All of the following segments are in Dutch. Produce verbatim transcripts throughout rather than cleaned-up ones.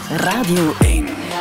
Radio één.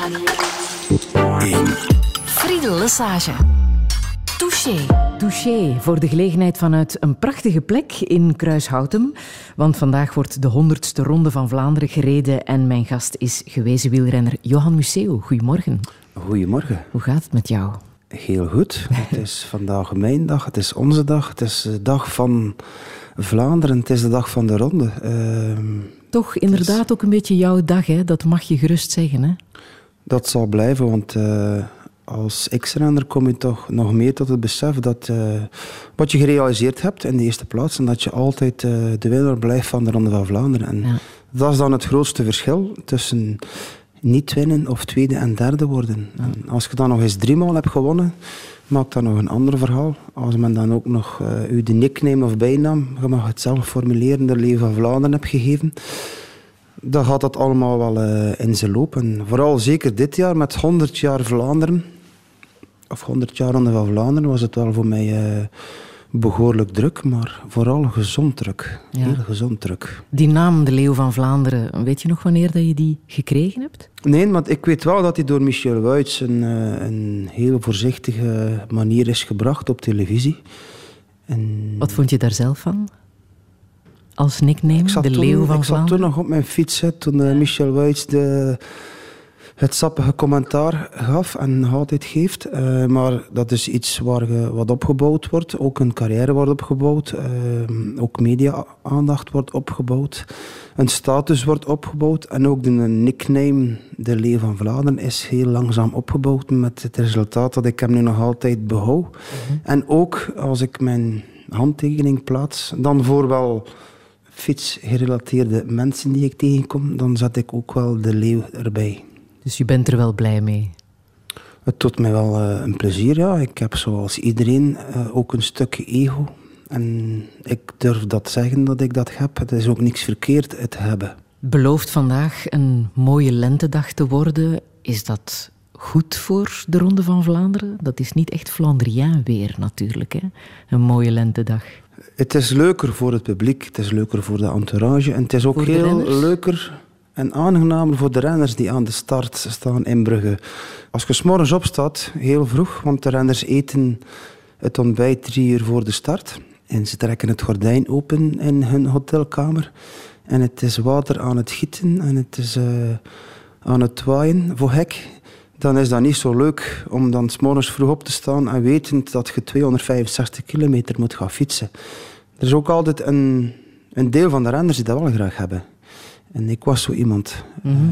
één. Friedel Lesage. Touché. Touché, voor de gelegenheid vanuit een prachtige plek in Kruishoutem. Want vandaag wordt de honderdste Ronde van Vlaanderen gereden en mijn gast is gewezen wielrenner Johan Museeuw. Goedemorgen. Goedemorgen. Hoe gaat het met jou? Heel goed. Het is vandaag mijn dag, het is onze dag, het is de dag van Vlaanderen, het is de dag van de Ronde. Uh, Toch inderdaad is... ook een beetje jouw dag, hè? Dat mag je gerust zeggen, hè? Dat zal blijven, want uh, als X-renner kom je toch nog meer tot het besef dat uh, wat je gerealiseerd hebt in de eerste plaats en dat je altijd uh, de winnaar blijft van de Ronde van Vlaanderen. En ja. Dat is dan het grootste verschil tussen niet winnen of tweede en derde worden. Ja. En als je dan nog eens driemaal hebt gewonnen, maakt dat nog een ander verhaal. Als men dan ook nog uh, u de nickname of bijnaam, je mag het zelf formuleren, de Leeuw van Vlaanderen hebt gegeven, dan gaat dat allemaal wel uh, in zijn loop. En vooral zeker dit jaar met honderd jaar Vlaanderen, of honderd jaar Ronde van Vlaanderen, was het wel voor mij uh, behoorlijk druk, maar vooral gezond druk. Ja. Heel gezond druk. Die naam, de Leeuw van Vlaanderen, weet je nog wanneer dat je die gekregen hebt? Nee, want ik weet wel dat hij door Michel Wuits een, een heel voorzichtige manier is gebracht op televisie. En wat vond je daar zelf van? Als nickname, de toen, Leeuw van ik Vlaanderen? Ik zat toen nog op mijn fiets, hè, toen uh, Michel Wuits de, het sappige commentaar gaf en nog altijd geeft. Uh, maar dat is iets waar je wat opgebouwd wordt. Ook een carrière wordt opgebouwd. Uh, ook media-aandacht wordt opgebouwd. Een status wordt opgebouwd. En ook de nickname, de Leeuw van Vlaanderen, is heel langzaam opgebouwd. Met het resultaat dat ik hem nu nog altijd behoud. Mm-hmm. En ook als ik mijn handtekening plaats, dan voor wel fietsgerelateerde mensen die ik tegenkom, dan zet ik ook wel de Leeuw erbij. Dus je bent er wel blij mee? Het doet mij wel uh, een plezier, ja. Ik heb zoals iedereen uh, ook een stukje ego. En ik durf dat zeggen dat ik dat heb. Het is ook niks verkeerd het hebben. Belooft vandaag een mooie lentedag te worden. Is dat goed voor de Ronde van Vlaanderen? Dat is niet echt Flandrien weer natuurlijk, hè? Een mooie lentedag. Het is leuker voor het publiek, het is leuker voor de entourage. En het is ook heel leuker en aangenamer voor de renners die aan de start staan in Brugge. Als je 's morgens opstaat, heel vroeg, want de renners eten het ontbijt drie uur voor de start. En ze trekken het gordijn open in hun hotelkamer. En het is water aan het gieten en het is uh, aan het waaien voor hek. Dan is dat niet zo leuk om dan 's morgens vroeg op te staan en wetend dat je tweehonderdvijfenzestig kilometer moet gaan fietsen. Er is ook altijd een, een deel van de renners die dat wel graag hebben. En ik was zo iemand. Mm-hmm. Uh,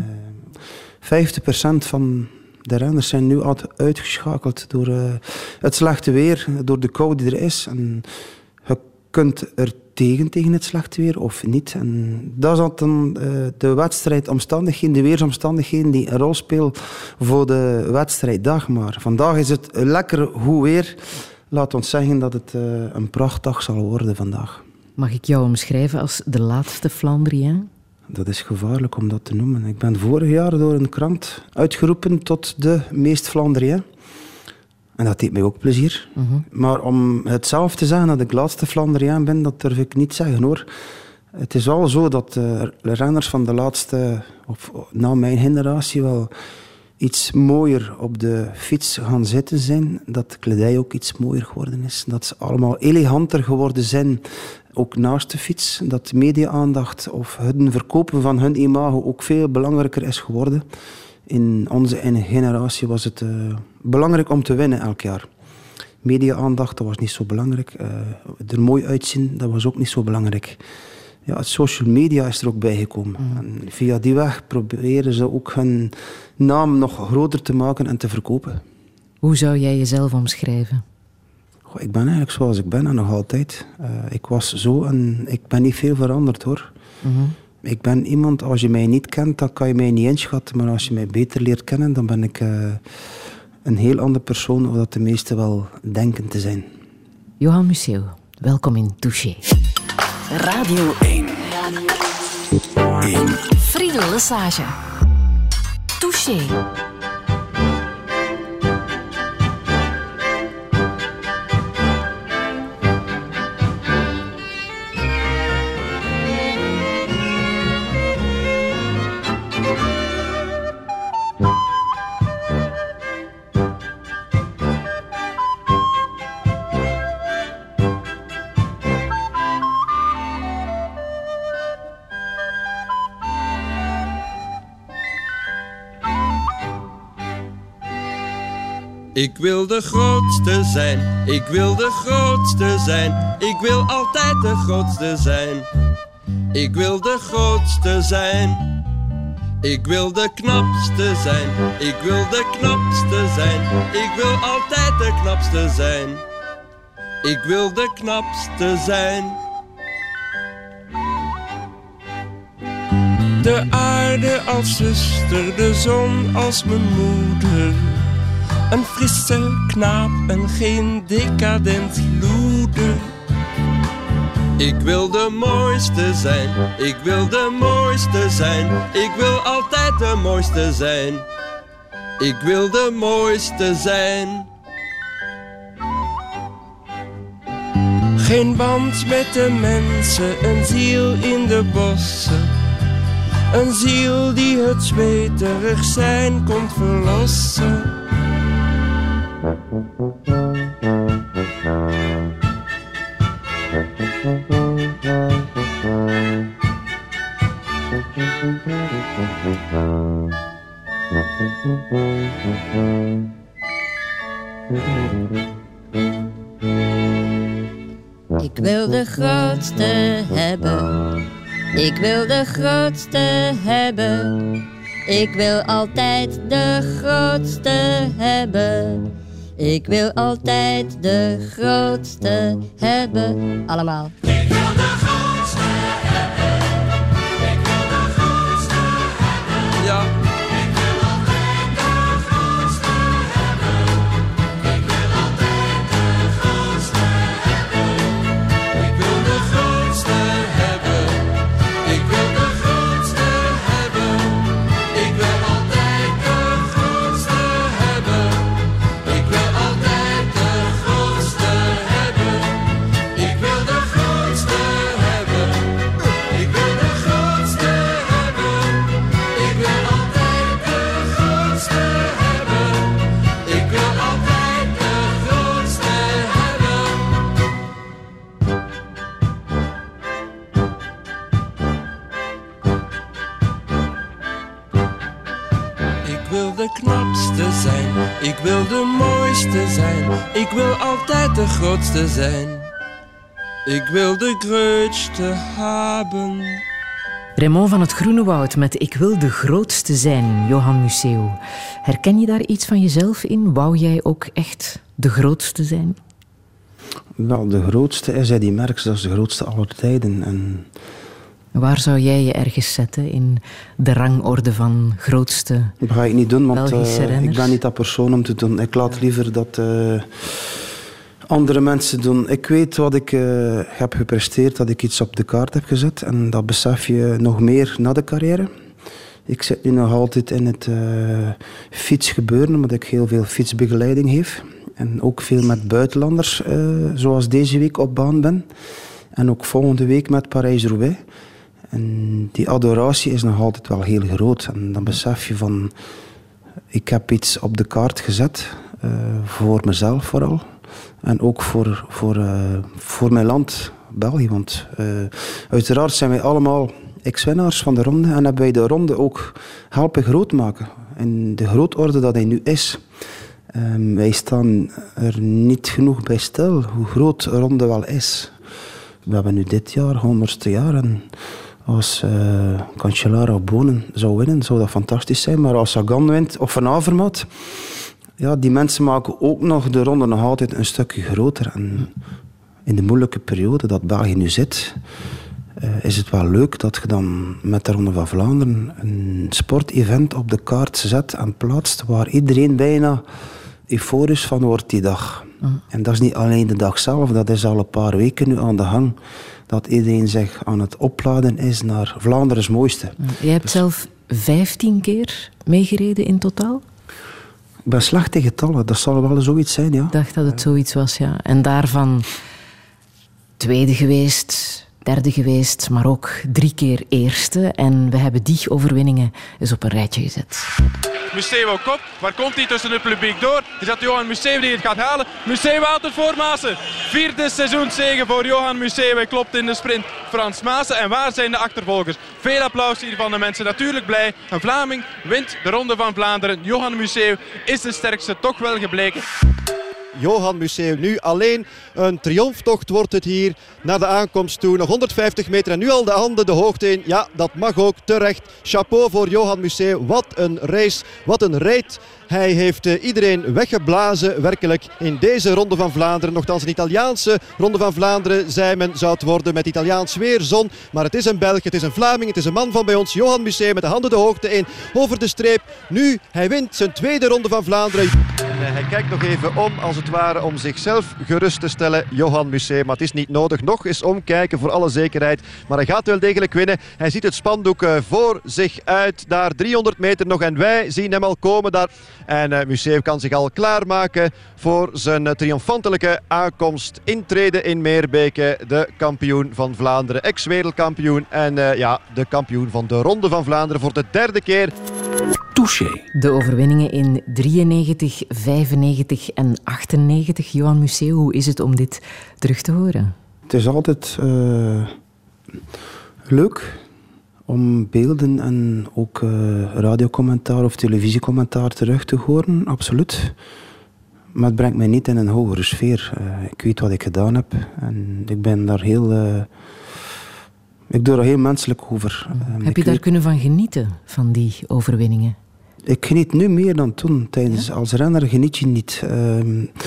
vijftig procent van de renners zijn nu altijd uitgeschakeld door uh, het slechte weer, door de kou die er is. En je kunt er tegen, tegen het slechte weer of niet. En dat is dan uh, de wedstrijdomstandigheden, de weersomstandigheden die een rol spelen voor de wedstrijddag. Maar vandaag is het lekker goed weer. Laat ons zeggen dat het uh, een prachtdag zal worden vandaag. Mag ik jou omschrijven als de laatste Flandrien? Dat is gevaarlijk om dat te noemen. Ik ben vorig jaar door een krant uitgeroepen tot de meest Flandrien. En dat deed mij ook plezier. Mm-hmm. Maar om het zelf te zeggen dat ik de laatste Flandrien ben, dat durf ik niet zeggen, hoor. Het is wel zo dat de renners van de laatste, of na mijn generatie, wel iets mooier op de fiets gaan zitten zijn. Dat de kledij ook iets mooier geworden is. Dat ze allemaal eleganter geworden zijn, ook naast de fiets. Dat media-aandacht of het verkopen van hun imago ook veel belangrijker is geworden. In onze generatie was het uh, belangrijk om te winnen elk jaar. Media-aandacht, dat was niet zo belangrijk. Uh, er mooi uitzien, dat was ook niet zo belangrijk. Ja, het social media is er ook bijgekomen. Mm. En via die weg proberen ze ook hun naam nog groter te maken en te verkopen. Hoe zou jij jezelf omschrijven? Goh, ik ben eigenlijk zoals ik ben en nog altijd. Uh, ik was zo en ik ben niet veel veranderd, hoor. Mm-hmm. Ik ben iemand, als je mij niet kent, dan kan je mij niet inschatten. Maar als je mij beter leert kennen, dan ben ik uh, een heel andere persoon, of dat de meesten wel denken te zijn. Johan Museeuw, welkom in Touché. Radio één. één. Friedel Lesage. Touché. Ik wil de grootste zijn, ik wil de grootste zijn, ik wil altijd de grootste zijn. Ik wil de grootste zijn, ik wil de knapste zijn, ik wil de knapste zijn, ik wil altijd de knapste zijn. Ik wil de knapste zijn. De aarde als zuster, de zon als mijn moeder. Een frisse knaap en geen decadent loeder. Ik wil de mooiste zijn, ik wil de mooiste zijn, ik wil altijd de mooiste zijn. Ik wil de mooiste zijn. Geen band met de mensen, een ziel in de bossen. Een ziel die het zweterig zijn komt verlossen. Ik wil de grootste hebben. Ik wil de grootste hebben. Ik wil altijd de grootste hebben. Ik wil altijd de grootste hebben. Allemaal. Ik wil de grootste hebben. Ik wil de grootste hebben. Ja. Ik wil altijd de grootste hebben. Ik wil altijd de grootste hebben. Ik wil de grootste hebben. Ik wil de grootste hebben. Ik wil altijd de grootste hebben. Ik wil altijd de grootste hebben. Ik wil de grootste hebben. Ik wil de grootste hebben. Ik wil altijd de grootste hebben. Ik wil altijd de grootste hebben. Ik wil de knapste zijn, ik wil de mooiste zijn, ik wil altijd de grootste zijn. Ik wil de grootste hebben. Raymond van het Groenewoud met Ik wil de grootste zijn, Johan Museeuw. Herken je daar iets van jezelf in? Wou jij ook echt de grootste zijn? Wel, de grootste is hij die merkt, dat is de grootste aller tijden. En Waar zou jij je ergens zetten in de rangorde van grootste dat ga ik niet doen, want Belgische uh, renners? ik ben niet dat persoon om te doen. Ik laat liever dat uh, andere mensen doen. Ik weet wat ik uh, heb gepresteerd, dat ik iets op de kaart heb gezet. En dat besef je nog meer na de carrière. Ik zit nu nog altijd in het uh, fietsgebeuren, omdat ik heel veel fietsbegeleiding geef. En ook veel met buitenlanders, uh, zoals deze week op baan ben. En ook volgende week met Parijs-Roubaix. En die adoratie is nog altijd wel heel groot. En dan besef je van, ik heb iets op de kaart gezet, uh, voor mezelf vooral. En ook voor, voor, uh, voor mijn land, België. Want uh, uiteraard zijn wij allemaal ex-winnaars van de ronde. En hebben wij de ronde ook helpen groot maken. In de grootorde dat hij nu is. Um, wij staan er niet genoeg bij stil hoe groot de ronde wel is. We hebben nu dit jaar, honderdste jaar. En als uh, Cancellara of Bonen zou winnen, zou dat fantastisch zijn. Maar als Sagan wint, of Van Avermaet, ja, die mensen maken ook nog de ronde nog altijd een stukje groter. En in de moeilijke periode dat België nu zit, uh, is het wel leuk dat je dan met de Ronde van Vlaanderen een sportevent op de kaart zet en plaatst waar iedereen bijna euforisch van wordt die dag. Mm. En dat is niet alleen de dag zelf, dat is al een paar weken nu aan de gang. Dat iedereen zich aan het opladen is naar Vlaanderen's mooiste. Mm. Jij hebt dus zelf vijftien keer meegereden in totaal? Ik ben slecht in getallen, dat zal wel zoiets zijn, ja. Ik dacht dat het zoiets was, ja. En daarvan tweede geweest, derde geweest, maar ook drie keer eerste. En we hebben die overwinningen eens op een rijtje gezet. Museeuw ook op. Waar komt hij tussen het publiek door? Is dat Johan Museeuw die het gaat halen? Museeuw haalt het voor Maassen. Vierde seizoenszege voor Johan Museeuw. Hij klopt in de sprint Frans Maassen. En waar zijn de achtervolgers? Veel applaus hier van de mensen. Natuurlijk blij. Een Vlaming wint de Ronde van Vlaanderen. Johan Museeuw is de sterkste toch wel gebleken. Johan Museeuw nu alleen. Een triomftocht wordt het hier naar de aankomst toe. Nog honderdvijftig meter en nu al de handen de hoogte in. Ja, dat mag ook terecht. Chapeau voor Johan Museeuw. Wat een race, wat een rijd. Hij heeft uh, iedereen weggeblazen, werkelijk, in deze Ronde van Vlaanderen. Nochtans een Italiaanse Ronde van Vlaanderen, zei men, zou het worden met Italiaans weer, zon. Maar het is een Belg, het is een Vlaming, het is een man van bij ons. Johan Museeuw met de handen de hoogte in, over de streep. Nu, hij wint zijn tweede Ronde van Vlaanderen. En hij kijkt nog even om, als het ware, om zichzelf gerust te stellen, Johan Museeuw. Maar het is niet nodig. Nog eens omkijken voor alle zekerheid. Maar hij gaat wel degelijk winnen. Hij ziet het spandoek uh, voor zich uit. Daar driehonderd meter nog en wij zien hem al komen daar. En uh, Museeuw kan zich al klaarmaken voor zijn uh, triomfantelijke aankomst. Intreden in Meerbeke, de kampioen van Vlaanderen, ex-wereldkampioen. En uh, ja, de kampioen van de Ronde van Vlaanderen voor de derde keer. Touché. De overwinningen in drieënnegentig, vijfennegentig en achtennegentig. Johan Museeuw, hoe is het om dit terug te horen? Het is altijd uh, leuk om beelden en ook uh, radiocommentaar of televisiecommentaar terug te horen, absoluut. Maar het brengt mij niet in een hogere sfeer. Uh, ik weet wat ik gedaan heb en ik ben daar heel... Uh, ik doe er heel menselijk over. Uh, heb je daar weet... kunnen van genieten, van die overwinningen? Ik geniet nu meer dan toen. Tijdens, ja? Als renner geniet je niet. Uh,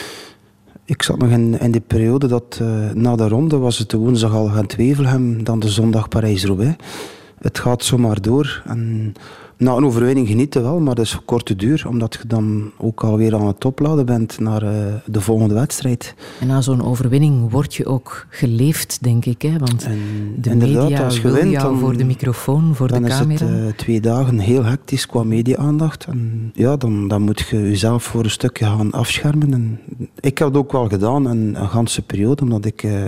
ik zat nog in, in die periode dat uh, na de ronde was het de woensdag al Gent-Wevelgem, dan de zondag Parijs-Roubaix. Het gaat zomaar door. En na een overwinning genieten wel, maar dat is korte duur, omdat je dan ook alweer aan het opladen bent naar uh, de volgende wedstrijd. En na zo'n overwinning word je ook geleefd, denk ik. Hè? Want en de media als je wil wint, jou dan, voor de microfoon, voor de camera. Dan is het uh, twee dagen heel hectisch qua media-aandacht. En ja, dan, dan moet je jezelf voor een stukje gaan afschermen. En ik heb het ook wel gedaan, een, een ganse periode, omdat ik... Uh,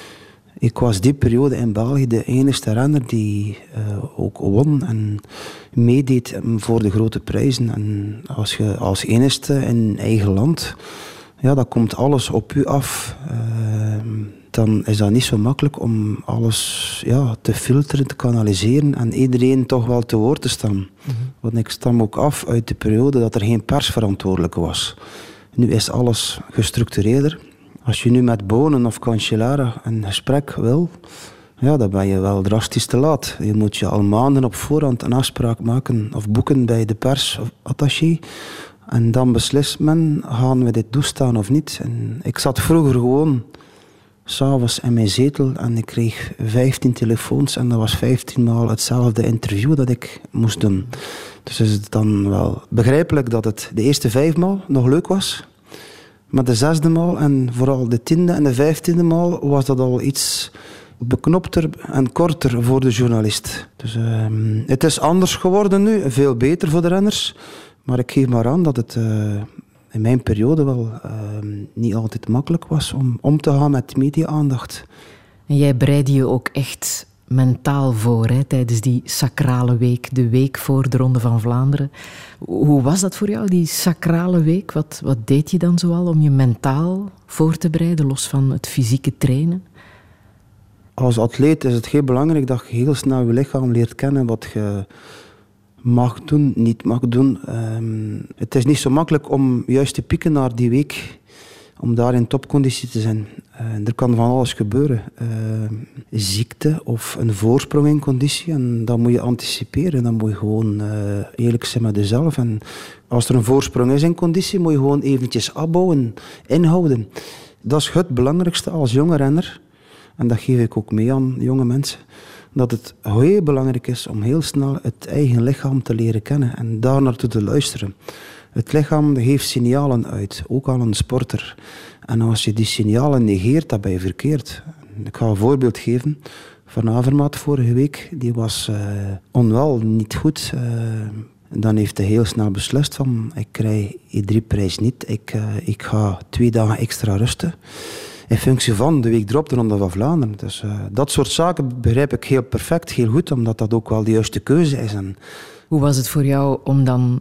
Ik was die periode in België de enige renner die uh, ook won en meedeed voor de grote prijzen. En als je als enige in eigen land, ja, dan komt alles op u af. Uh, dan is dat niet zo makkelijk om alles ja, te filteren, te kanaliseren en iedereen toch wel te woord te staan. Mm-hmm. Want ik stam ook af uit de periode dat er geen persverantwoordelijke was. Nu is alles gestructureerder. Als je nu met Bonen of Cancellara een gesprek wil, ja, dan ben je wel drastisch te laat. Je moet je al maanden op voorhand een afspraak maken of boeken bij de persattaché. En dan beslist men, gaan we dit toestaan of niet. En ik zat vroeger gewoon s'avonds in mijn zetel en ik kreeg vijftien telefoons en dat was vijftien maal hetzelfde interview dat ik moest doen. Dus is het dan wel begrijpelijk dat het de eerste vijf maal nog leuk was. Maar de zesde maal en vooral de tiende en de vijftiende maal was dat al iets beknopter en korter voor de journalist. Dus uh, het is anders geworden nu, veel beter voor de renners. Maar ik geef maar aan dat het uh, in mijn periode wel uh, niet altijd makkelijk was om om te gaan met media-aandacht. En jij bereidde je ook echt mentaal voor, hè, tijdens die sacrale week, de week voor de Ronde van Vlaanderen. Hoe was dat voor jou, die sacrale week? Wat, wat deed je dan zoal om je mentaal voor te bereiden, los van het fysieke trainen? Als atleet is het heel belangrijk dat je heel snel je lichaam leert kennen wat je mag doen, niet mag doen. Um, het is niet zo makkelijk om juist te pieken naar die week, om daar in topconditie te zijn. Uh, er kan van alles gebeuren. Uh, ziekte of een voorsprong in conditie. En dan moet je anticiperen. Dan moet je gewoon uh, eerlijk zijn met jezelf. En als er een voorsprong is in conditie, moet je gewoon eventjes afbouwen, inhouden. Dat is het belangrijkste als jonge renner. En dat geef ik ook mee aan jonge mensen. Dat het heel belangrijk is om heel snel het eigen lichaam te leren kennen. En daar naartoe te luisteren. Het lichaam geeft signalen uit, ook aan een sporter. En als je die signalen negeert, dan ben je verkeerd. Ik ga een voorbeeld geven. Van Avermaet vorige week, die was uh, onwel, niet goed. Uh, dan heeft hij heel snel beslist van, ik krijg E drie prijs niet. Ik, uh, ik ga twee dagen extra rusten. In functie van de week erop de Ronde van Vlaanderen. Dus uh, dat soort zaken begrijp ik heel perfect, heel goed, omdat dat ook wel de juiste keuze is. En hoe was het voor jou om dan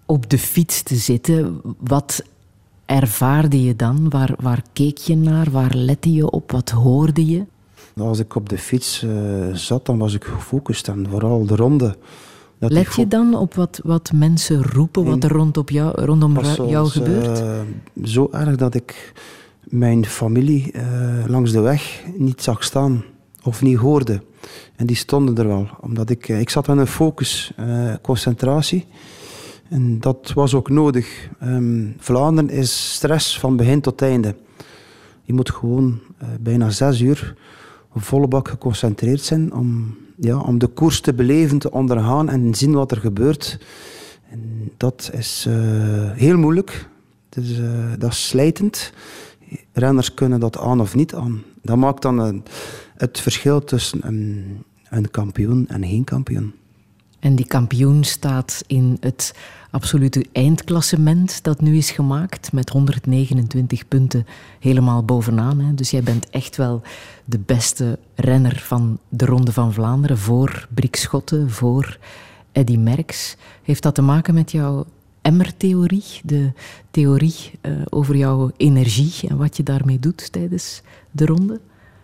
op de fiets te zitten. Wat ervaarde je dan? Waar, waar keek je naar? Waar lette je op? Wat hoorde je? Als ik op de fiets uh, zat, dan was ik gefocust. En vooral de ronde. Dat Let je dan op wat, wat mensen roepen, wat er rond op jou, rondom zoals, jou gebeurt? Uh, zo erg dat ik mijn familie uh, langs de weg niet zag staan of niet hoorde. En die stonden er wel. Omdat ik, uh, ik zat aan een focus, uh, concentratie. En dat was ook nodig. Um, Vlaanderen is stress van begin tot einde. Je moet gewoon uh, bijna zes uur volle bak geconcentreerd zijn om, ja, om de koers te beleven, te ondergaan en zien wat er gebeurt. En dat is uh, heel moeilijk. Het is, uh, dat is slijtend. Renners kunnen dat aan of niet aan. Dat maakt dan een, het verschil tussen een, een kampioen en geen kampioen. En die kampioen staat in het absolute eindklassement dat nu is gemaakt, met honderdnegenentwintig punten helemaal bovenaan. Hè. Dus jij bent echt wel de beste renner van de Ronde van Vlaanderen, voor Brik Schotten, voor Eddy Merckx. Heeft dat te maken met jouw emmertheorie, de theorie uh, over jouw energie en wat je daarmee doet tijdens de ronde?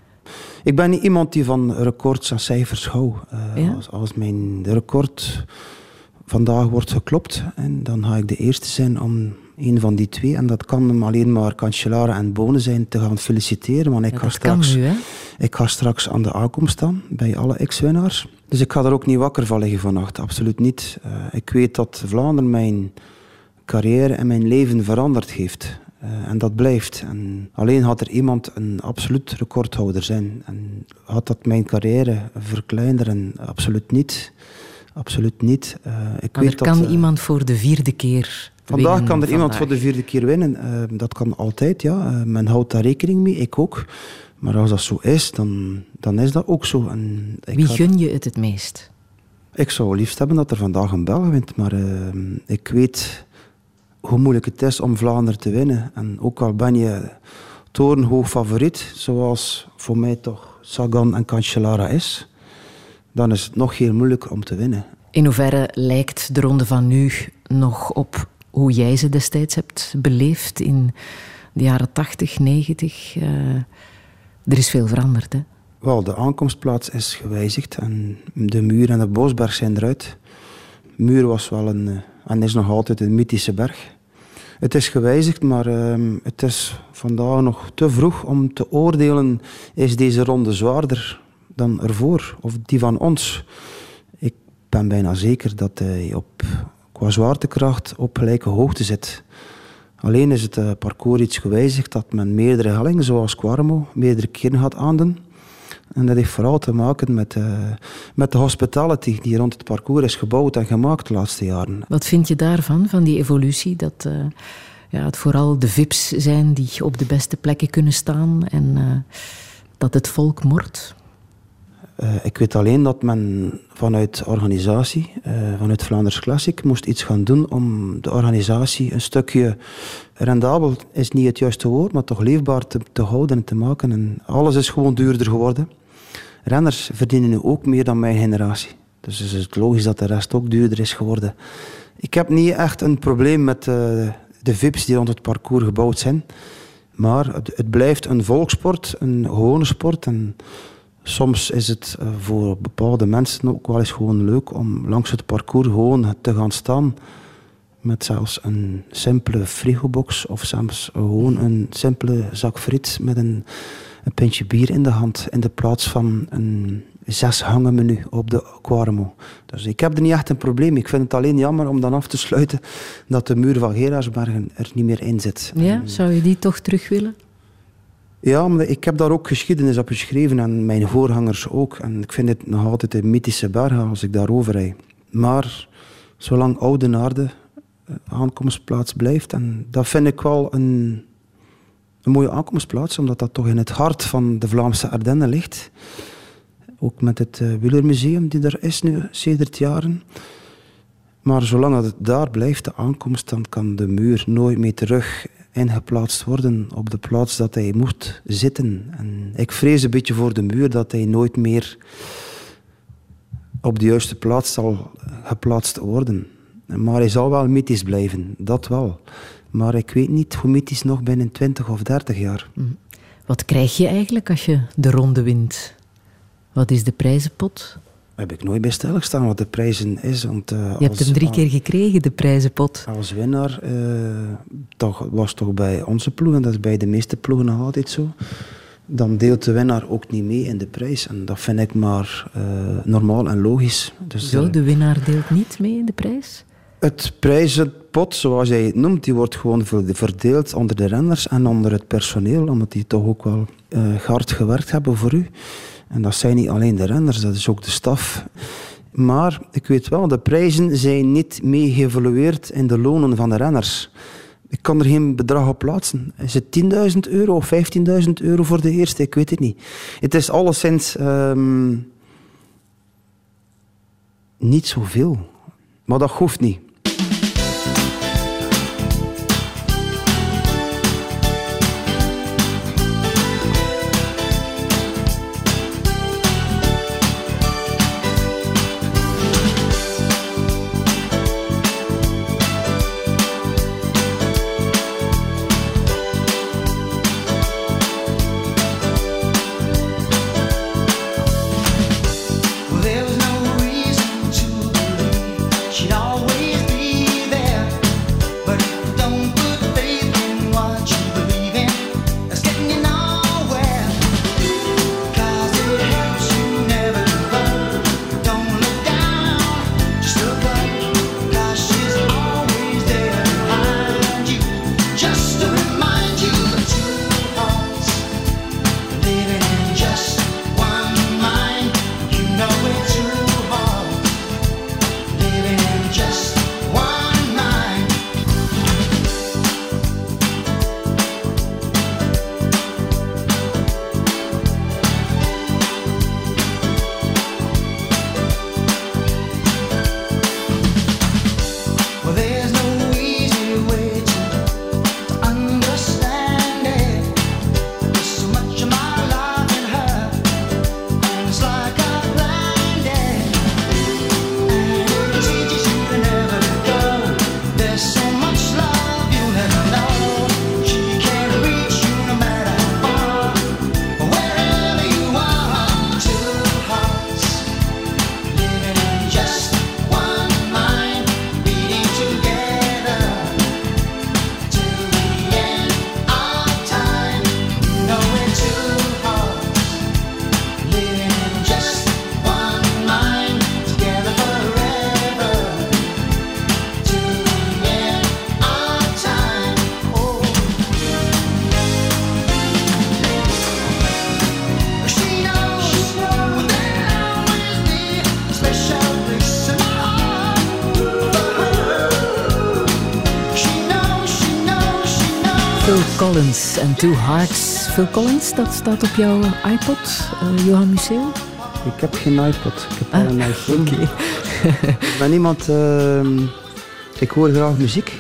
Ik ben niet iemand die van records en cijfers houdt. Uh, ja? als, als mijn record vandaag wordt geklopt, en dan ga ik de eerste zijn om een van die twee, en dat kan alleen maar Cancellara en Bone zijn, te gaan feliciteren. Want ik, ja, ga straks, nu, ik ga straks aan de aankomst staan bij alle X-winnaars. Dus ik ga er ook niet wakker van liggen vannacht, absoluut niet. Uh, ik weet dat Vlaanderen mijn carrière en mijn leven veranderd heeft. Uh, en dat blijft. En alleen had er iemand een absoluut recordhouder zijn. En had dat mijn carrière verkleinderen? Absoluut niet. Absoluut niet. Uh, ik maar weet er kan dat, uh, iemand voor de vierde keer Vandaag winnen, kan er vandaag. iemand voor de vierde keer winnen. Uh, dat kan altijd, ja. Uh, men houdt daar rekening mee, ik ook. Maar als dat zo is, dan, dan is dat ook zo. En ik Wie had... gun je het het meest? Ik zou liefst hebben dat er vandaag een Belg wint. Maar uh, ik weet hoe moeilijk het is om Vlaanderen te winnen. En ook al ben je torenhoog favoriet, zoals voor mij toch Sagan en Cancellara is, dan is het nog heel moeilijk om te winnen. In hoeverre lijkt de ronde van nu nog op hoe jij ze destijds hebt beleefd in de jaren tachtig, negentig? Uh, er is veel veranderd, hè? Wel, de aankomstplaats is gewijzigd en de muur en de Bosberg zijn eruit. De muur was wel een, en is nog altijd een mythische berg. Het is gewijzigd, maar uh, het is vandaag nog te vroeg om te oordelen, is deze ronde zwaarder dan ervoor, of die van ons. Ik ben bijna zeker dat hij op, qua zwaartekracht op gelijke hoogte zit. Alleen is het uh, parcours iets gewijzigd dat men meerdere hellingen, zoals Quaremo, meerdere keren gaat aandoen. En dat heeft vooral te maken met, uh, met de hospitality die rond het parcours is gebouwd en gemaakt de laatste jaren. Wat vind je daarvan, van die evolutie? Dat uh, ja, het vooral de V I P's zijn die op de beste plekken kunnen staan en uh, dat het volk mort? Uh, ik weet alleen dat men vanuit organisatie, uh, vanuit Vlaanders Classic, moest iets gaan doen om de organisatie een stukje rendabel, is niet het juiste woord, maar toch leefbaar te, te houden en te maken. En alles is gewoon duurder geworden. Renners verdienen nu ook meer dan mijn generatie. Dus is het logisch dat de rest ook duurder is geworden. Ik heb niet echt een probleem met uh, de V I P's die rond het parcours gebouwd zijn. Maar het, het blijft een volkssport, een gewone sport. En soms is het uh, voor bepaalde mensen ook wel eens gewoon leuk om langs het parcours gewoon te gaan staan met zelfs een simpele frigobox of zelfs gewoon een simpele zak friet met een, een pintje bier in de hand in de plaats van een zes hangen menu op de Quaremo. Dus ik heb er niet echt een probleem. Ik vind het alleen jammer om dan af te sluiten dat de muur van Gerardsbergen er niet meer in zit. Ja, zou je die toch terug willen? Ja, maar ik heb daar ook geschiedenis op geschreven en mijn voorgangers ook. En ik vind het nog altijd een mythische berg als ik daarover rijd. Maar zolang Oudenaarde aankomstplaats blijft, en dat vind ik wel een, een mooie aankomstplaats, omdat dat toch in het hart van de Vlaamse Ardennen ligt. Ook met het uh, wielermuseum die er is nu, sedert jaren. Maar zolang het daar blijft, de aankomst, dan kan de muur nooit meer terug ingeplaatst worden op de plaats dat hij moet zitten. En ik vrees een beetje voor de muur dat hij nooit meer op de juiste plaats zal geplaatst worden. Maar hij zal wel mythisch blijven, dat wel. Maar ik weet niet hoe mythisch nog binnen twintig of dertig jaar. Wat krijg je eigenlijk als je de ronde wint? Wat is de prijzenpot? Heb ik nooit bij stilgestaan wat de prijzen is. Want, uh, je als, hebt hem drie keer gekregen, de prijzenpot. Als winnaar uh, toch, was toch bij onze ploeg, en dat is bij de meeste ploegen nog altijd zo. Dan deelt de winnaar ook niet mee in de prijs. En dat vind ik maar uh, normaal en logisch. Dus, Zo, de winnaar deelt niet mee in de prijs? Het prijzenpot, zoals jij het noemt, die wordt gewoon verdeeld onder de renners en onder het personeel, omdat die toch ook wel uh, hard gewerkt hebben voor u. En dat zijn niet alleen de renners, dat is ook de staf. Maar ik weet wel, de prijzen zijn niet mee geëvolueerd in de lonen van de renners. Ik kan er geen bedrag op plaatsen. Is het tienduizend euro of vijftienduizend euro voor de eerste? Ik weet het niet. Het is alleszins um, niet zoveel. Maar dat hoeft niet. Phil Collins en Two Hearts. Phil Collins, dat staat op jouw iPod, uh, Johan Museeuw? Ik heb geen iPod, ik heb ah, een iPhone. Okay. Ik ben iemand... Uh, ik hoor graag muziek.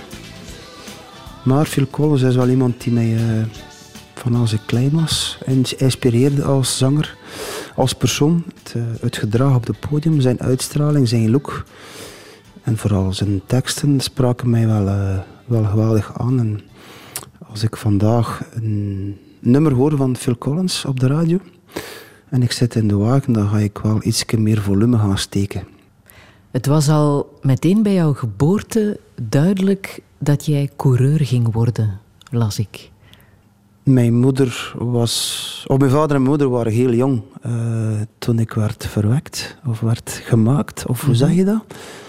Maar Phil Collins is wel iemand die mij uh, van als ik klein was inspireerde als zanger, als persoon. Het, uh, het gedrag op het podium, zijn uitstraling, zijn look. En vooral zijn teksten spraken mij wel, uh, wel geweldig aan. En als ik vandaag een nummer hoor van Phil Collins op de radio en ik zit in de wagen, dan ga ik wel iets meer volume gaan steken. Het was al meteen bij jouw geboorte duidelijk dat jij coureur ging worden, las ik. Mijn moeder was... Of mijn vader en moeder waren heel jong uh, toen ik werd verwekt of werd gemaakt. Of hoe mm-hmm. zeg je dat?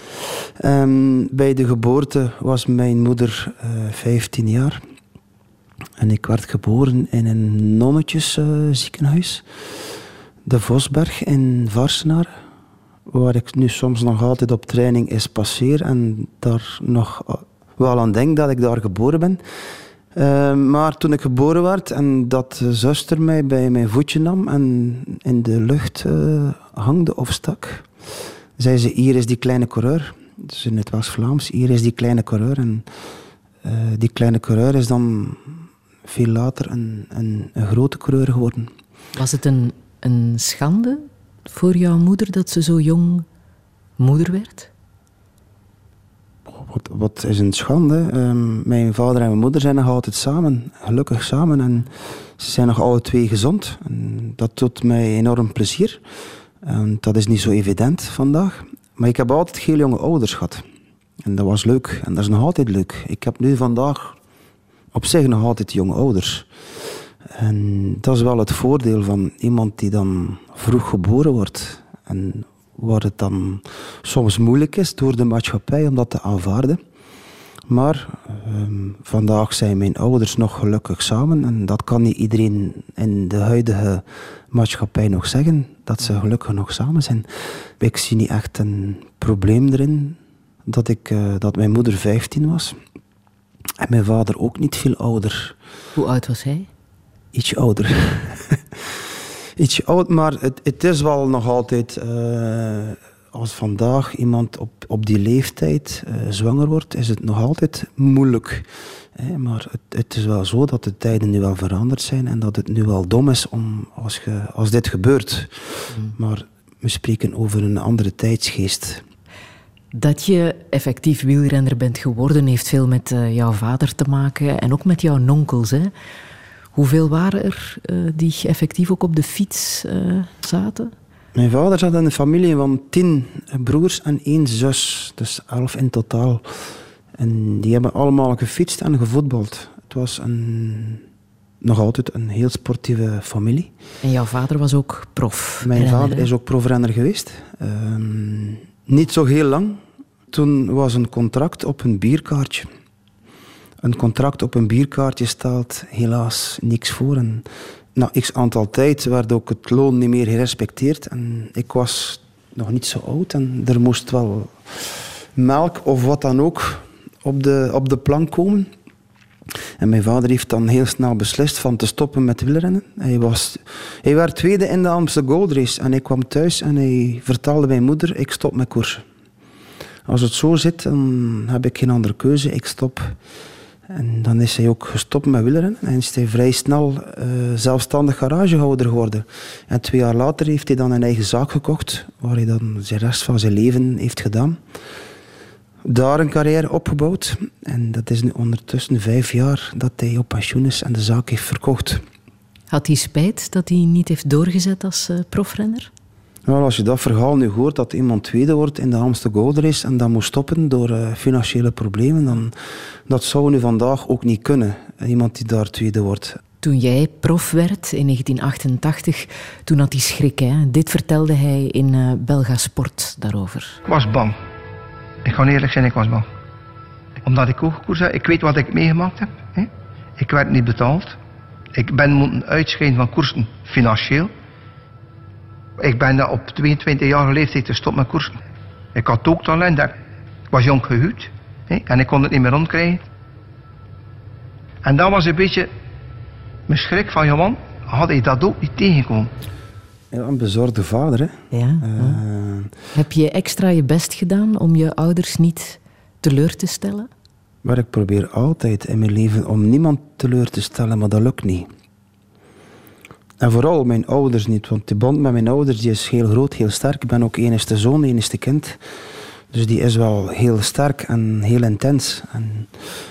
Um, bij de geboorte was mijn moeder uh, vijftien jaar. En ik werd geboren in een nonnetjesziekenhuis. Uh, de Vosberg in Varsenaar. Waar ik nu soms nog altijd op training is passeer. En daar nog wel aan denk dat ik daar geboren ben. Uh, maar toen ik geboren werd en dat de zuster mij bij mijn voetje nam en in de lucht uh, hangde of stak, zei ze, hier is die kleine coureur. Dus in het West-Vlaams, hier is die kleine coureur. En uh, die kleine coureur is dan veel later een, een, een grote coureur geworden. Was het een, een schande voor jouw moeder dat ze zo jong moeder werd? Wat, wat is een schande. Um, mijn vader en mijn moeder zijn nog altijd samen. Gelukkig samen. En ze zijn nog alle twee gezond. En dat doet mij enorm plezier. En dat is niet zo evident vandaag. Maar ik heb altijd heel jonge ouders gehad. En dat was leuk. En dat is nog altijd leuk. Ik heb nu vandaag op zich nog altijd jonge ouders. En dat is wel het voordeel van iemand die dan vroeg geboren wordt. En waar het dan soms moeilijk is door de maatschappij om dat te aanvaarden. Maar um, vandaag zijn mijn ouders nog gelukkig samen. En dat kan niet iedereen in de huidige maatschappij nog zeggen. Dat ze gelukkig nog samen zijn. Ik zie niet echt een probleem erin dat, ik, uh, dat mijn moeder vijftien was. En mijn vader ook niet veel ouder. Hoe oud was hij? Iets ouder. Iets oud, maar het, het is wel nog altijd... Uh, als vandaag iemand op, op die leeftijd uh, zwanger wordt, is het nog altijd moeilijk. Hè? Maar het, het is wel zo dat de tijden nu wel veranderd zijn en dat het nu wel dom is om, als, ge, als dit gebeurt. Mm. Maar we spreken over een andere tijdsgeest. Dat je effectief wielrenner bent geworden, heeft veel met uh, jouw vader te maken en ook met jouw nonkels, hè? Hoeveel waren er uh, die effectief ook op de fiets uh, zaten? Mijn vader zat in een familie van tien broers en één zus. Dus elf in totaal. En die hebben allemaal gefietst en gevoetbald. Het was een, nog altijd een heel sportieve familie. En jouw vader was ook prof? Mijn renner, vader is ook profrenner geweest. Um, niet zo heel lang. Toen was een contract op een bierkaartje. Een contract op een bierkaartje stelt helaas niks voor. En na x aantal tijd werd ook het loon niet meer gerespecteerd. En ik was nog niet zo oud en er moest wel melk of wat dan ook op de, op de plank komen. En mijn vader heeft dan heel snel beslist van te stoppen met wielrennen. Hij, was, hij werd tweede in de Amsterdam Gold Race en ik kwam thuis en hij vertelde mijn moeder, ik stop met koersen. Als het zo zit, dan heb ik geen andere keuze, ik stop. En dan is hij ook gestopt met wielrennen en is hij vrij snel uh, zelfstandig garagehouder geworden. En twee jaar later heeft hij dan een eigen zaak gekocht, waar hij dan de rest van zijn leven heeft gedaan. Daar een carrière opgebouwd. En dat is nu ondertussen vijf jaar dat hij op pensioen is en de zaak heeft verkocht. Had hij spijt dat hij niet heeft doorgezet als uh, profrenner? Nou, als je dat verhaal nu hoort, dat iemand tweede wordt in de Amsterdam Gold Race en dat moet stoppen door uh, financiële problemen, dan dat zou nu vandaag ook niet kunnen. Iemand die daar tweede wordt. Toen jij prof werd in negentien achtentachtig, toen had hij schrik. Hè? Dit vertelde hij in uh, Belga Sport daarover. Ik was bang. Ik ga eerlijk zijn, ik was bang. Omdat ik ook koers heb. Ik weet wat ik meegemaakt heb. Hè? Ik werd niet betaald. Ik ben moeten uitscheiden van koersen financieel. Ik ben daar op tweeëntwintigjarige leeftijd te stoppen met koersen. Ik had ook talent. Ik was jong gehuwd. Hè? En ik kon het niet meer rondkrijgen. En dat was een beetje mijn schrik van, Johan, had ik dat ook niet tegengekomen. Ja, een bezorgde vader, hè. Ja, uh, ja. Heb je extra je best gedaan om je ouders niet teleur te stellen? Maar ik probeer altijd in mijn leven om niemand teleur te stellen, maar dat lukt niet. En vooral mijn ouders niet, want de band met mijn ouders die is heel groot, heel sterk. Ik ben ook enigste zoon, enigste kind. Dus die is wel heel sterk en heel intens. En,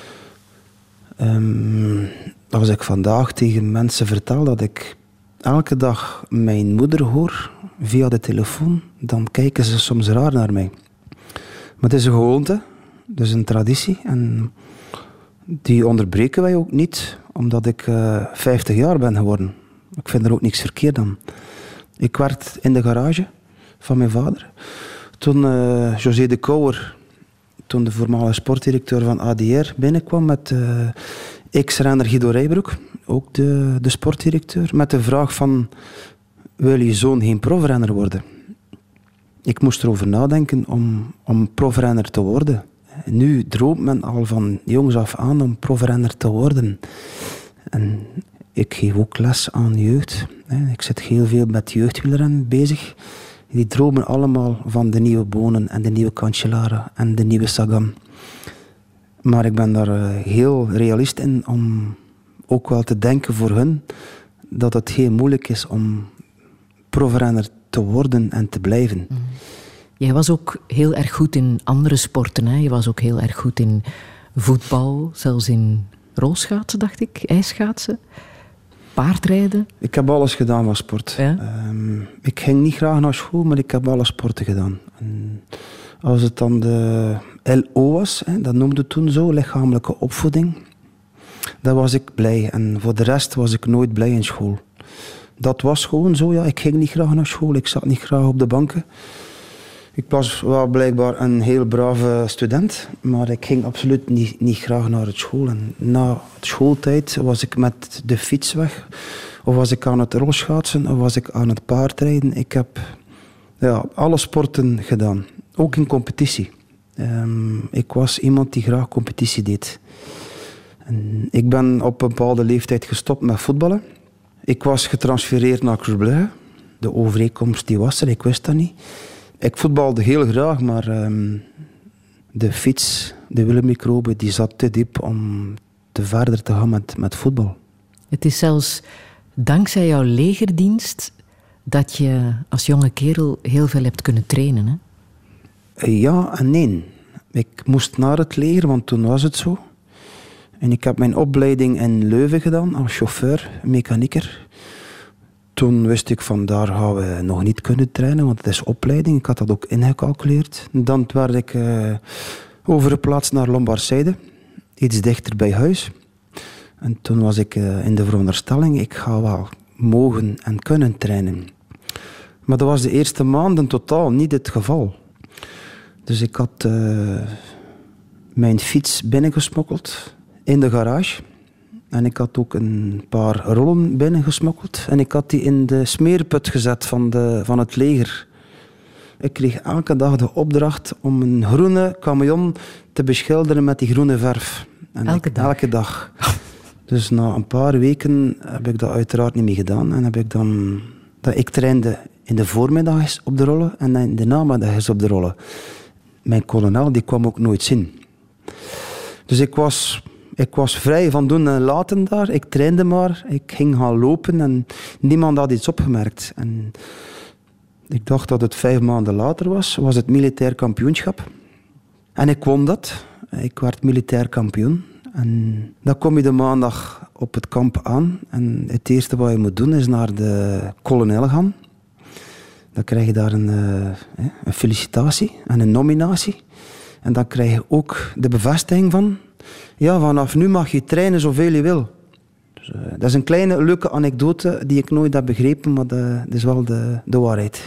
um, als ik vandaag tegen mensen vertel dat ik elke dag mijn moeder hoor via de telefoon, dan kijken ze soms raar naar mij. Maar het is een gewoonte, het is een traditie en die onderbreken wij ook niet, omdat ik uh, vijftig jaar ben geworden. Ik vind er ook niks verkeerd aan. Ik werkte in de garage van mijn vader. Toen uh, José de Kouwer, toen de voormalige sportdirecteur van A D R, binnenkwam met uh, ex-renner Guido Rijbroek, ook de, de sportdirecteur, met de vraag van, wil je zoon geen profrenner worden? Ik moest erover nadenken om, om profrenner te worden. Nu droomt men al van jongs af aan om profrenner te worden. En ik geef ook les aan jeugd. Ik zit heel veel met jeugdwielrennen bezig. Die dromen allemaal van de nieuwe Bonen en de nieuwe Cancellara en de nieuwe Sagan. Maar ik ben daar heel realist in om ook wel te denken voor hun dat het heel moeilijk is om profrenner te worden en te blijven. Mm. Jij was ook heel erg goed in andere sporten. Hè? Je was ook heel erg goed in voetbal, zelfs in rolschaatsen, dacht ik, ijsschaatsen, paardrijden. Ik heb alles gedaan van sport. Ja? Um, ik ging niet graag naar school, maar ik heb alle sporten gedaan. En als het dan de L O was, hè, dat noemde toen zo, lichamelijke opvoeding, dan was ik blij. En voor de rest was ik nooit blij in school. Dat was gewoon zo, ja. Ik ging niet graag naar school, ik zat niet graag op de banken. Ik was wel blijkbaar een heel brave student, maar ik ging absoluut niet, niet graag naar het school. En na schooltijd was ik met de fiets weg, of was ik aan het rolschaatsen, of was ik aan het paardrijden. Ik heb ja, alle sporten gedaan, ook in competitie. Um, ik was iemand die graag competitie deed. En ik ben op een bepaalde leeftijd gestopt met voetballen. Ik was getransfereerd naar Club Brugge. De overeenkomst die was er, ik wist dat niet. Ik voetbalde heel graag, maar um, de fiets, de wielermicrobe, die zat te diep om te verder te gaan met, met voetbal. Het is zelfs dankzij jouw legerdienst dat je als jonge kerel heel veel hebt kunnen trainen, hè? Ja en nee. Ik moest naar het leger, want toen was het zo. En ik heb mijn opleiding in Leuven gedaan als chauffeur, mechanieker. Toen wist ik van daar gaan we nog niet kunnen trainen, want het is opleiding. Ik had dat ook ingecalculeerd. Dan werd ik uh, overgeplaatst naar Lombardszijde, iets dichter bij huis. En toen was ik uh, in de veronderstelling, ik ga wel mogen en kunnen trainen. Maar dat was de eerste maanden totaal niet het geval. Dus ik had uh, mijn fiets binnengesmokkeld in de garage. En ik had ook een paar rollen binnengesmokkeld. En ik had die in de smeerput gezet van, de, van het leger. Ik kreeg elke dag de opdracht om een groene camion te beschilderen met die groene verf. En elke ik, dag? Elke dag. Dus na een paar weken heb ik dat uiteraard niet meer gedaan. En heb ik dan... Dat ik trainde in de voormiddag eens op de rollen en in de namiddag eens op de rollen. Mijn kolonel die kwam ook nooit zien. Dus ik was... Ik was vrij van doen en laten daar. Ik trainde maar. Ik ging gaan lopen en niemand had iets opgemerkt. En ik dacht dat het vijf maanden later was. Was het militair kampioenschap. En ik won dat. Ik werd militair kampioen. En dan kom je de maandag op het kamp aan. En het eerste wat je moet doen is naar de kolonel gaan. Dan krijg je daar een, uh, een felicitatie en een nominatie. En dan krijg je ook de bevestiging van... Ja, vanaf nu mag je trainen zoveel je wil. Dus, uh, dat is een kleine leuke anekdote die ik nooit heb begrepen, maar de, dat is wel de, de waarheid.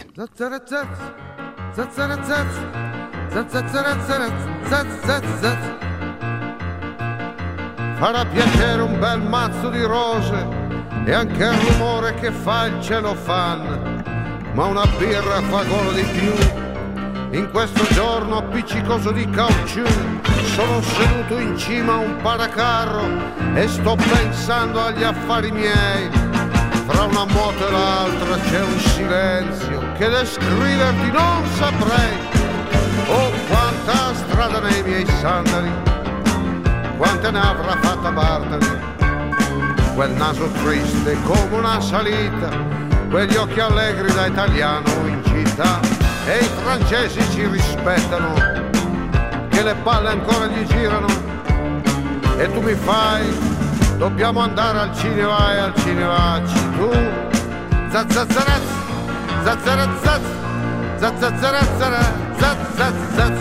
Farà piacere un bel mazzo di rose e anche il rumore che fa il celofan, ma una birra fa gola di più. In questo giorno appiccicoso di caucciù sono seduto in cima a un paracarro e sto pensando agli affari miei. Fra una moto e l'altra c'è un silenzio che descriverti non saprei. Oh, quanta strada nei miei sandali, quante ne avrà fatta Bartali. Quel naso triste come una salita, quegli occhi allegri da italiano in città. E i francesi ci rispettano, che le palle ancora gli girano. E tu mi fai, dobbiamo andare al cinema e al cinema tu. Zazzazaraz, zazzarazaz, zazzazarazara, zazzazaz.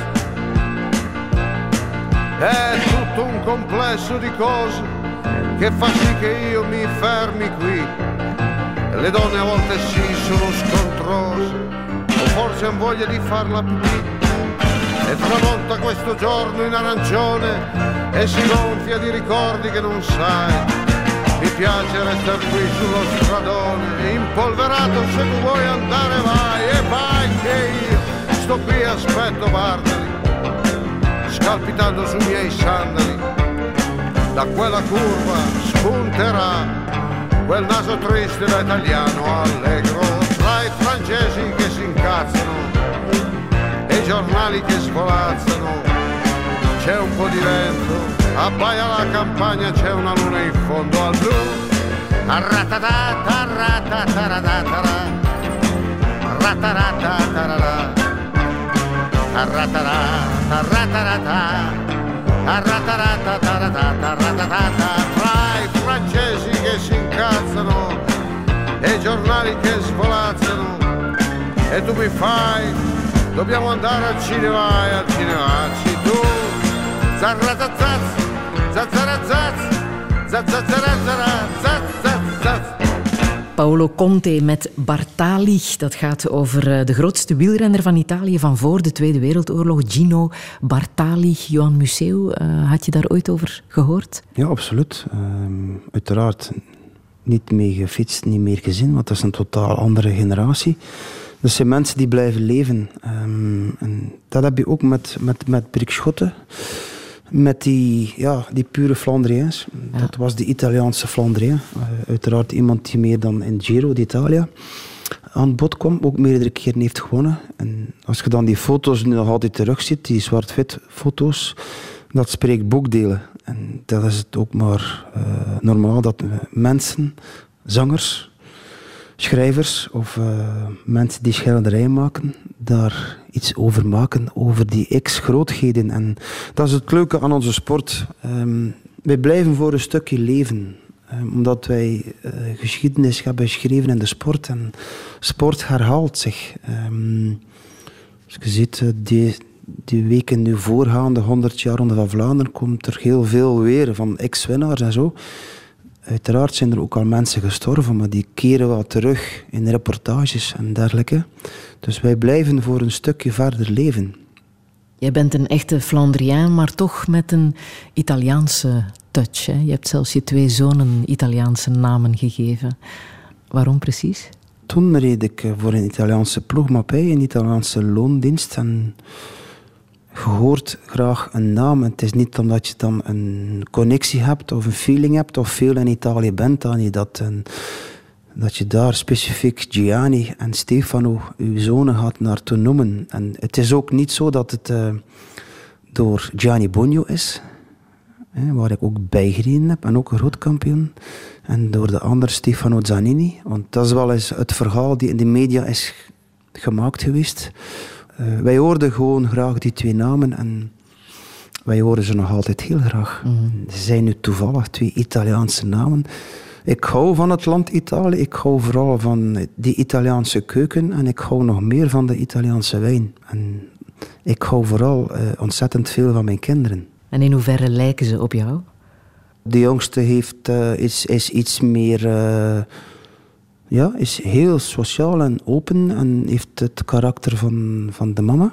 È tutto un complesso di cose che fa sì che io mi fermi qui. Le donne a volte sì sono scontrose, o forse han voglia di farla pipì, e tramonta questo giorno in arancione e si gonfia di ricordi che non sai. Mi piace restare qui sullo stradone, impolverato, se tu vuoi andare vai, e vai che io sto qui e aspetto Bartali, scalpitando sui miei sandali. Da quella curva spunterà quel naso triste da italiano allegro, tra i francesi che si incazzano e i giornali che svolazzano. C'è un po' di vento, abbaia la campagna, c'è una luna in fondo al blu. Ratatata, ratataratatara, ratatata, Arratarata, arratarata, tra i francesi che si incazzano e i giornali che svolazzano e tu mi fai, dobbiamo andare al cinema e al cinema ci tu, zarratazaz, zazzarazaz, zazzazarazara, zazzazaz. Paolo Conte met Bartali. Dat gaat over de grootste wielrenner van Italië van voor de Tweede Wereldoorlog, Gino Bartali. Johan Museeuw, uh, had je daar ooit over gehoord? Ja, absoluut. Uh, uiteraard niet mee gefietst, niet meer gezien, want dat is een totaal andere generatie. Dat zijn mensen die blijven leven. Um, en dat heb je ook met, met, met Brik Schotte. Met die, ja, die pure Flandriëns. Ja. Dat was de Italiaanse Flandrien. Uh, uiteraard iemand die meer dan in Giro d'Italia aan bod kwam. Ook meerdere keren heeft gewonnen. En als je dan die foto's nu nog altijd terugziet, die zwart-wit foto's, dat spreekt boekdelen. En dat is het ook maar uh, normaal dat uh, mensen, zangers, schrijvers of uh, mensen die schilderijen maken, daar iets over maken, over die ex-grootheden. En dat is het leuke aan onze sport. Um, wij blijven voor een stukje leven. Um, omdat wij uh, geschiedenis hebben geschreven in de sport. En sport herhaalt zich. Um, als je ziet, uh, die, die weken nu voorgaande, honderd jaar Ronde van Vlaanderen, komt er heel veel weer van ex-winnaars en zo. Uiteraard zijn er ook al mensen gestorven, maar die keren wel terug in reportages en dergelijke. Dus wij blijven voor een stukje verder leven. Jij bent een echte Flandrien, maar toch met een Italiaanse touch. Hè? Je hebt zelfs je twee zonen Italiaanse namen gegeven. Waarom precies? Toen reed ik voor een Italiaanse ploegmaatschappij, een Italiaanse loondienst. En je hoort graag een naam. Het is niet omdat je dan een connectie hebt of een feeling hebt of veel in Italië bent, dan je dat, een, dat je daar specifiek Gianni en Stefano, uw zonen, gaat naartoe noemen. En het is ook niet zo dat het uh, door Gianni Bogno is, hè, waar ik ook bijgereden heb en ook een groot kampioen. En door de andere Stefano Zanini. Want dat is wel eens het verhaal die in de media is gemaakt geweest. Uh, wij hoorden gewoon graag die twee namen en wij horen ze nog altijd heel graag. Mm. Ze zijn nu toevallig twee Italiaanse namen. Ik hou van het land Italië, ik hou vooral van die Italiaanse keuken en ik hou nog meer van de Italiaanse wijn. En ik hou vooral uh, ontzettend veel van mijn kinderen. En in hoeverre lijken ze op jou? De jongste heeft, uh, is, is iets meer... Uh, Ja, is heel sociaal en open en heeft het karakter van, van de mama.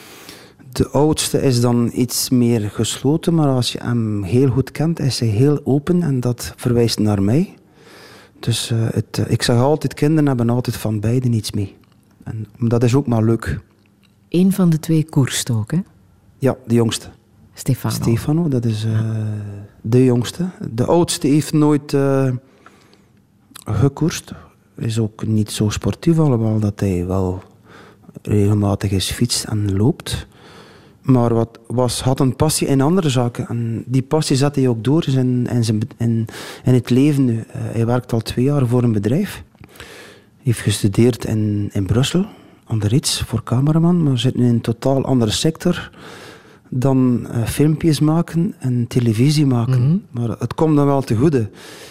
De oudste is dan iets meer gesloten, maar als je hem heel goed kent, is hij heel open en dat verwijst naar mij. Dus uh, het, uh, ik zeg altijd, kinderen hebben altijd van beiden iets mee. En dat is ook maar leuk. Eén van de twee koerst ook, hè? Ja, de jongste. Stefano. Stefano, dat is uh, ja. de jongste. De oudste heeft nooit uh, gekoerst. Is ook niet zo sportief, alhoewel dat hij wel regelmatig is fietst en loopt. Maar wat was, had een passie in andere zaken. En die passie zet hij ook door in, in, zijn, in, in het leven nu. Uh, hij werkt al twee jaar voor een bedrijf. Hij heeft gestudeerd in, in Brussel, aan de Rits, voor cameraman. Maar zit nu in een totaal andere sector dan uh, filmpjes maken en televisie maken. Mm-hmm. Maar het komt dan wel te goede.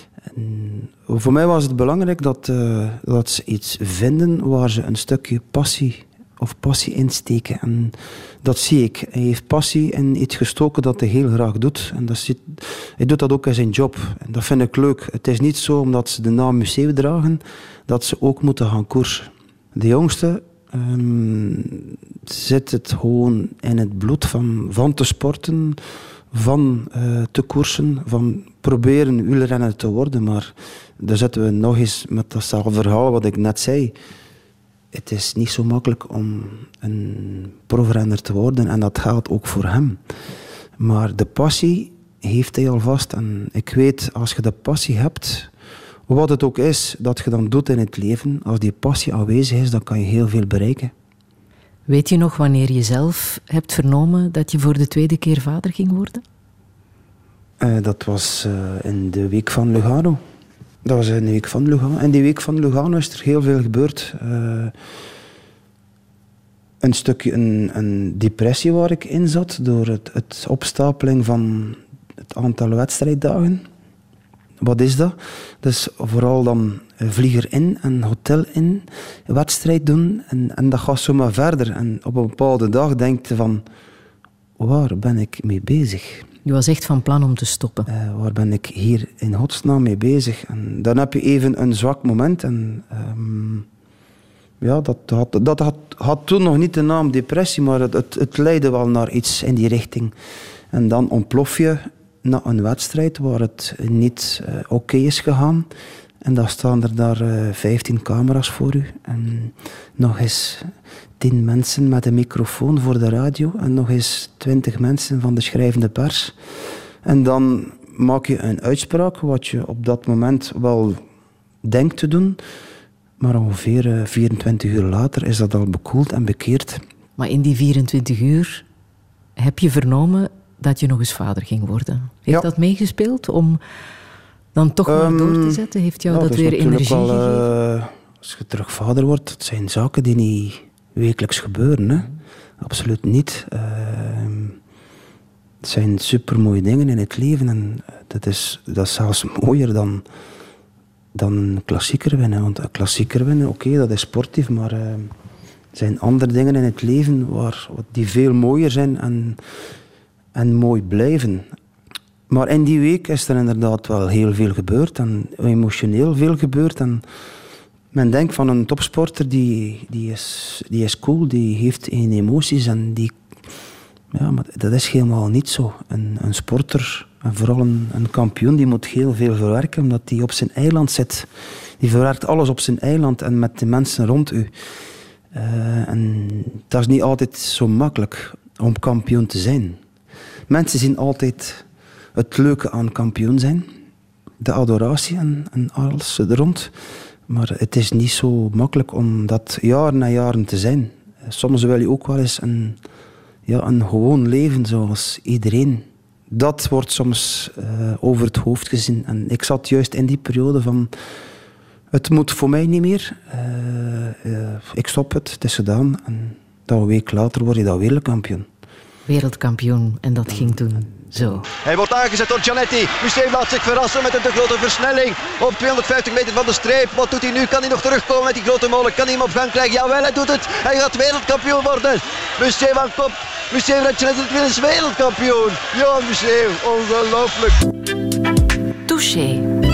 En voor mij was het belangrijk dat, uh, dat ze iets vinden waar ze een stukje passie of passie insteken. En dat zie ik. Hij heeft passie in iets gestoken dat hij heel graag doet. En dat zit, hij doet dat ook in zijn job. En dat vind ik leuk. Het is niet zo omdat ze de naam Museeuw dragen, dat ze ook moeten gaan koersen. De jongste um, zit het gewoon in het bloed van, van te sporten, van uh, te koersen, van proberen wielrenner te worden. Maar daar zitten we nog eens met datzelfde verhaal wat ik net zei. Het is niet zo makkelijk om een profrenner te worden en dat geldt ook voor hem. Maar de passie heeft hij alvast. En ik weet, als je de passie hebt, wat het ook is dat je dan doet in het leven, als die passie aanwezig is, dan kan je heel veel bereiken. Weet je nog wanneer je zelf hebt vernomen dat je voor de tweede keer vader ging worden? Uh, dat was uh, in de week van Lugano. Dat was in de week van Lugano. In die week van Lugano is er heel veel gebeurd. Uh, een stukje een, een depressie waar ik in zat door het, het opstapeling van het aantal wedstrijddagen. Wat is dat? Dus vooral dan vlieger in en hotel in, wedstrijd doen en, en dat gaat zomaar verder. En op een bepaalde dag denk je van, waar ben ik mee bezig? Je was echt van plan om te stoppen. Uh, waar ben ik hier in godsnaam mee bezig? En dan heb je even een zwak moment. En, um, ja, dat, had, dat had, had toen nog niet de naam depressie, maar het, het, het leidde wel naar iets in die richting. En dan ontplof je na een wedstrijd waar het niet uh, oké okay is gegaan. En dan staan er daar uh, vijftien camera's voor u. En nog eens tien mensen met een microfoon voor de radio. En nog eens twintig mensen van de schrijvende pers. En dan maak je een uitspraak, wat je op dat moment wel denkt te doen. Maar ongeveer uh, vierentwintig uur later is dat al bekoeld en bekeerd. Maar in die vierentwintig uur heb je vernomen dat je nog eens vader ging worden. Heeft ja. dat meegespeeld om dan toch um, maar door te zetten? Heeft jou ja, dat, dat weer energie wel, gegeven? Uh, als je terug vader wordt, dat zijn zaken die niet wekelijks gebeuren. Hè? Absoluut niet. Uh, het zijn supermooie dingen in het leven. En dat is, dat is zelfs mooier dan, dan een klassieker winnen. Want een klassieker winnen, oké, okay, dat is sportief, maar uh, er zijn andere dingen in het leven waar, die veel mooier zijn en, en mooi blijven. Maar in die week is er inderdaad wel heel veel gebeurd en emotioneel veel gebeurd. En men denkt van een topsporter, die, die, is, die is cool, die heeft geen emoties. En die, ja, maar dat is helemaal niet zo. Een, een sporter, en vooral een, een kampioen, die moet heel veel verwerken, omdat hij op zijn eiland zit. Die verwerkt alles op zijn eiland en met de mensen rond u. Uh, en dat is niet altijd zo makkelijk om kampioen te zijn. Mensen zien altijd het leuke aan kampioen zijn, de adoratie en, en alles er rond. Maar het is niet zo makkelijk om dat jaren na jaren te zijn. Soms wil je ook wel eens een, ja, een gewoon leven zoals iedereen. Dat wordt soms uh, over het hoofd gezien. En ik zat juist in die periode van, het moet voor mij niet meer. Uh, uh, ik stop het, het is gedaan. En dan een week later word je dan wereldkampioen. Wereldkampioen, en dat ging toen zo. Hij wordt aangezet door Giannetti. Museeuw laat zich verrassen met een te grote versnelling. Op tweehonderdvijftig meter van de streep. Wat doet hij nu? Kan hij nog terugkomen met die grote molen? Kan hij hem op gang krijgen? Jawel, hij doet het. Hij gaat wereldkampioen worden. Museeuw aan kop. Museeuw en Giannetti weer eens wereldkampioen. Johan Museeuw, ongelooflijk. Touché.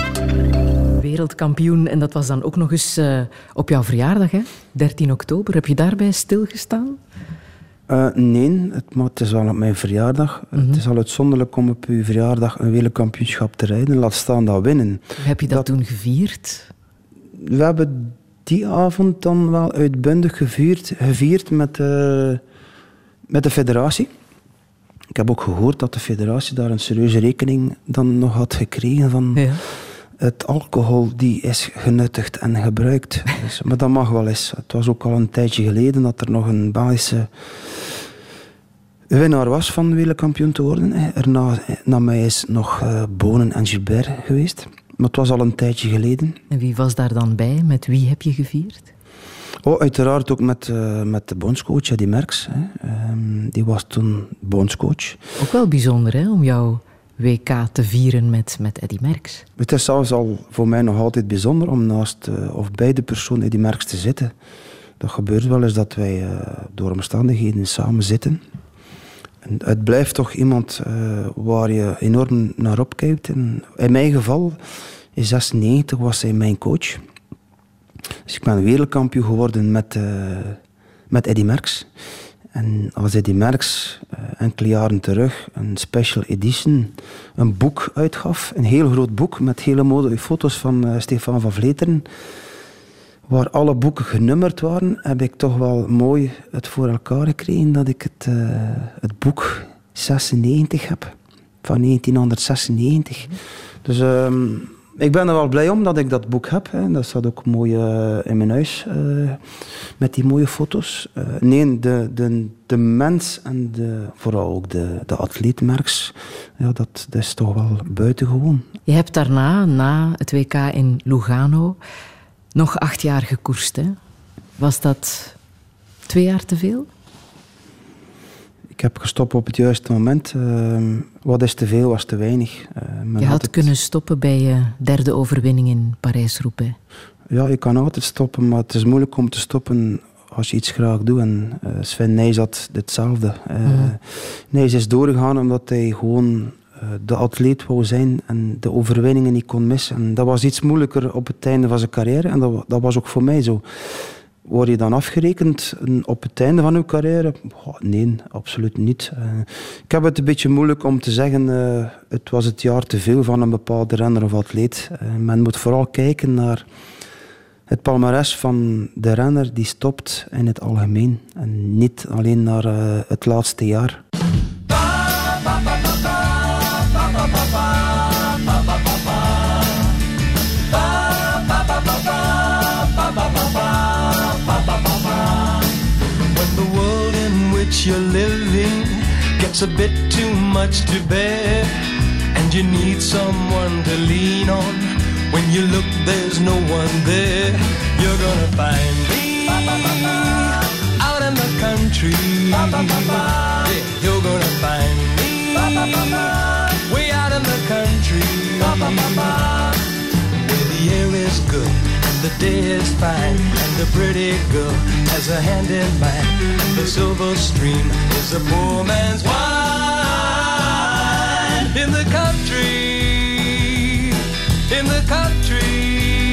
Wereldkampioen, en dat was dan ook nog eens uh, op jouw verjaardag, hè? dertien oktober. Heb je daarbij stilgestaan? Uh, nee, het, maar het is wel op mijn verjaardag. Mm-hmm. Het is al uitzonderlijk om op uw verjaardag een wereldkampioenschap te rijden. Laat staan dat winnen. Heb je dat, dat toen gevierd? We hebben die avond dan wel uitbundig gevierd, gevierd met, uh, met de federatie. Ik heb ook gehoord dat de federatie daar een serieuze rekening dan nog had gekregen van... Ja. Het alcohol die is genuttigd en gebruikt. Dus, maar dat mag wel eens. Het was ook al een tijdje geleden dat er nog een Belgische winnaar was van wereldkampioen te worden. Erna, na mij is nog uh, Bonen en Gilbert geweest. Maar het was al een tijdje geleden. En wie was daar dan bij? Met wie heb je gevierd? Oh, uiteraard ook met, uh, met de bondscoach, Eddy Merckx. Hè. Um, die was toen bondscoach. Ook wel bijzonder, hè, om jou... W K te vieren met, met Eddy Merckx. Het is zelfs al voor mij nog altijd bijzonder om naast uh, of bij de persoon Eddy Merckx te zitten. Dat gebeurt wel eens dat wij uh, door omstandigheden samen zitten. En het blijft toch iemand uh, waar je enorm naar opkijkt. En in mijn geval, in zesennegentig was hij mijn coach. Dus ik ben wereldkampioen geworden met, uh, met Eddy Merckx. En als Eddy Merckx uh, enkele jaren terug een special edition, een boek uitgaf, een heel groot boek met hele mooie foto's van uh, Stefan van Vleteren, waar alle boeken genummerd waren, heb ik toch wel mooi het voor elkaar gekregen dat ik het, uh, het boek zesennegentig heb, van negentienhonderdzesennegentig. Dus um, ik ben er wel blij om dat ik dat boek heb. Hè. Dat staat ook mooi uh, in mijn huis, uh, met die mooie foto's. Uh, nee, de, de, de mens en de, vooral ook de, de atleet Merckx, ja, dat, dat is toch wel buitengewoon. Je hebt daarna, na het W K in Lugano, nog acht jaar gekoerst. Hè? Was dat Twee jaar te veel? Ik heb gestopt op het juiste moment. Uh, wat is te veel, was te weinig. Uh, je had het... kunnen stoppen bij je derde overwinning in Parijs-Roubaix. Ja, je kan altijd stoppen, maar het is moeilijk om te stoppen als je iets graag doet. En uh, Sven Nys had hetzelfde. Uh, mm. Nys is doorgegaan omdat hij gewoon uh, de atleet wou zijn en de overwinningen niet kon missen. En dat was iets moeilijker op het einde van zijn carrière en dat, dat was ook voor mij zo. Word je dan afgerekend op het einde van uw carrière? Oh, nee, absoluut niet. Uh, ik heb het een beetje moeilijk om te zeggen, uh, het was het jaar te veel van een bepaalde renner of atleet. Uh, men moet vooral kijken naar het palmares van de renner die stopt in het algemeen. En niet alleen naar uh, het laatste jaar. You're living gets a bit too much to bear, and you need someone to lean on. When you look, there's no one there. You're gonna find me out in the country. Yeah, you're gonna find me way out in the country, where the air is good, the day is fine, and the pretty girl has a hand in mine, and the silver stream is a poor man's wine. In the country, in the country,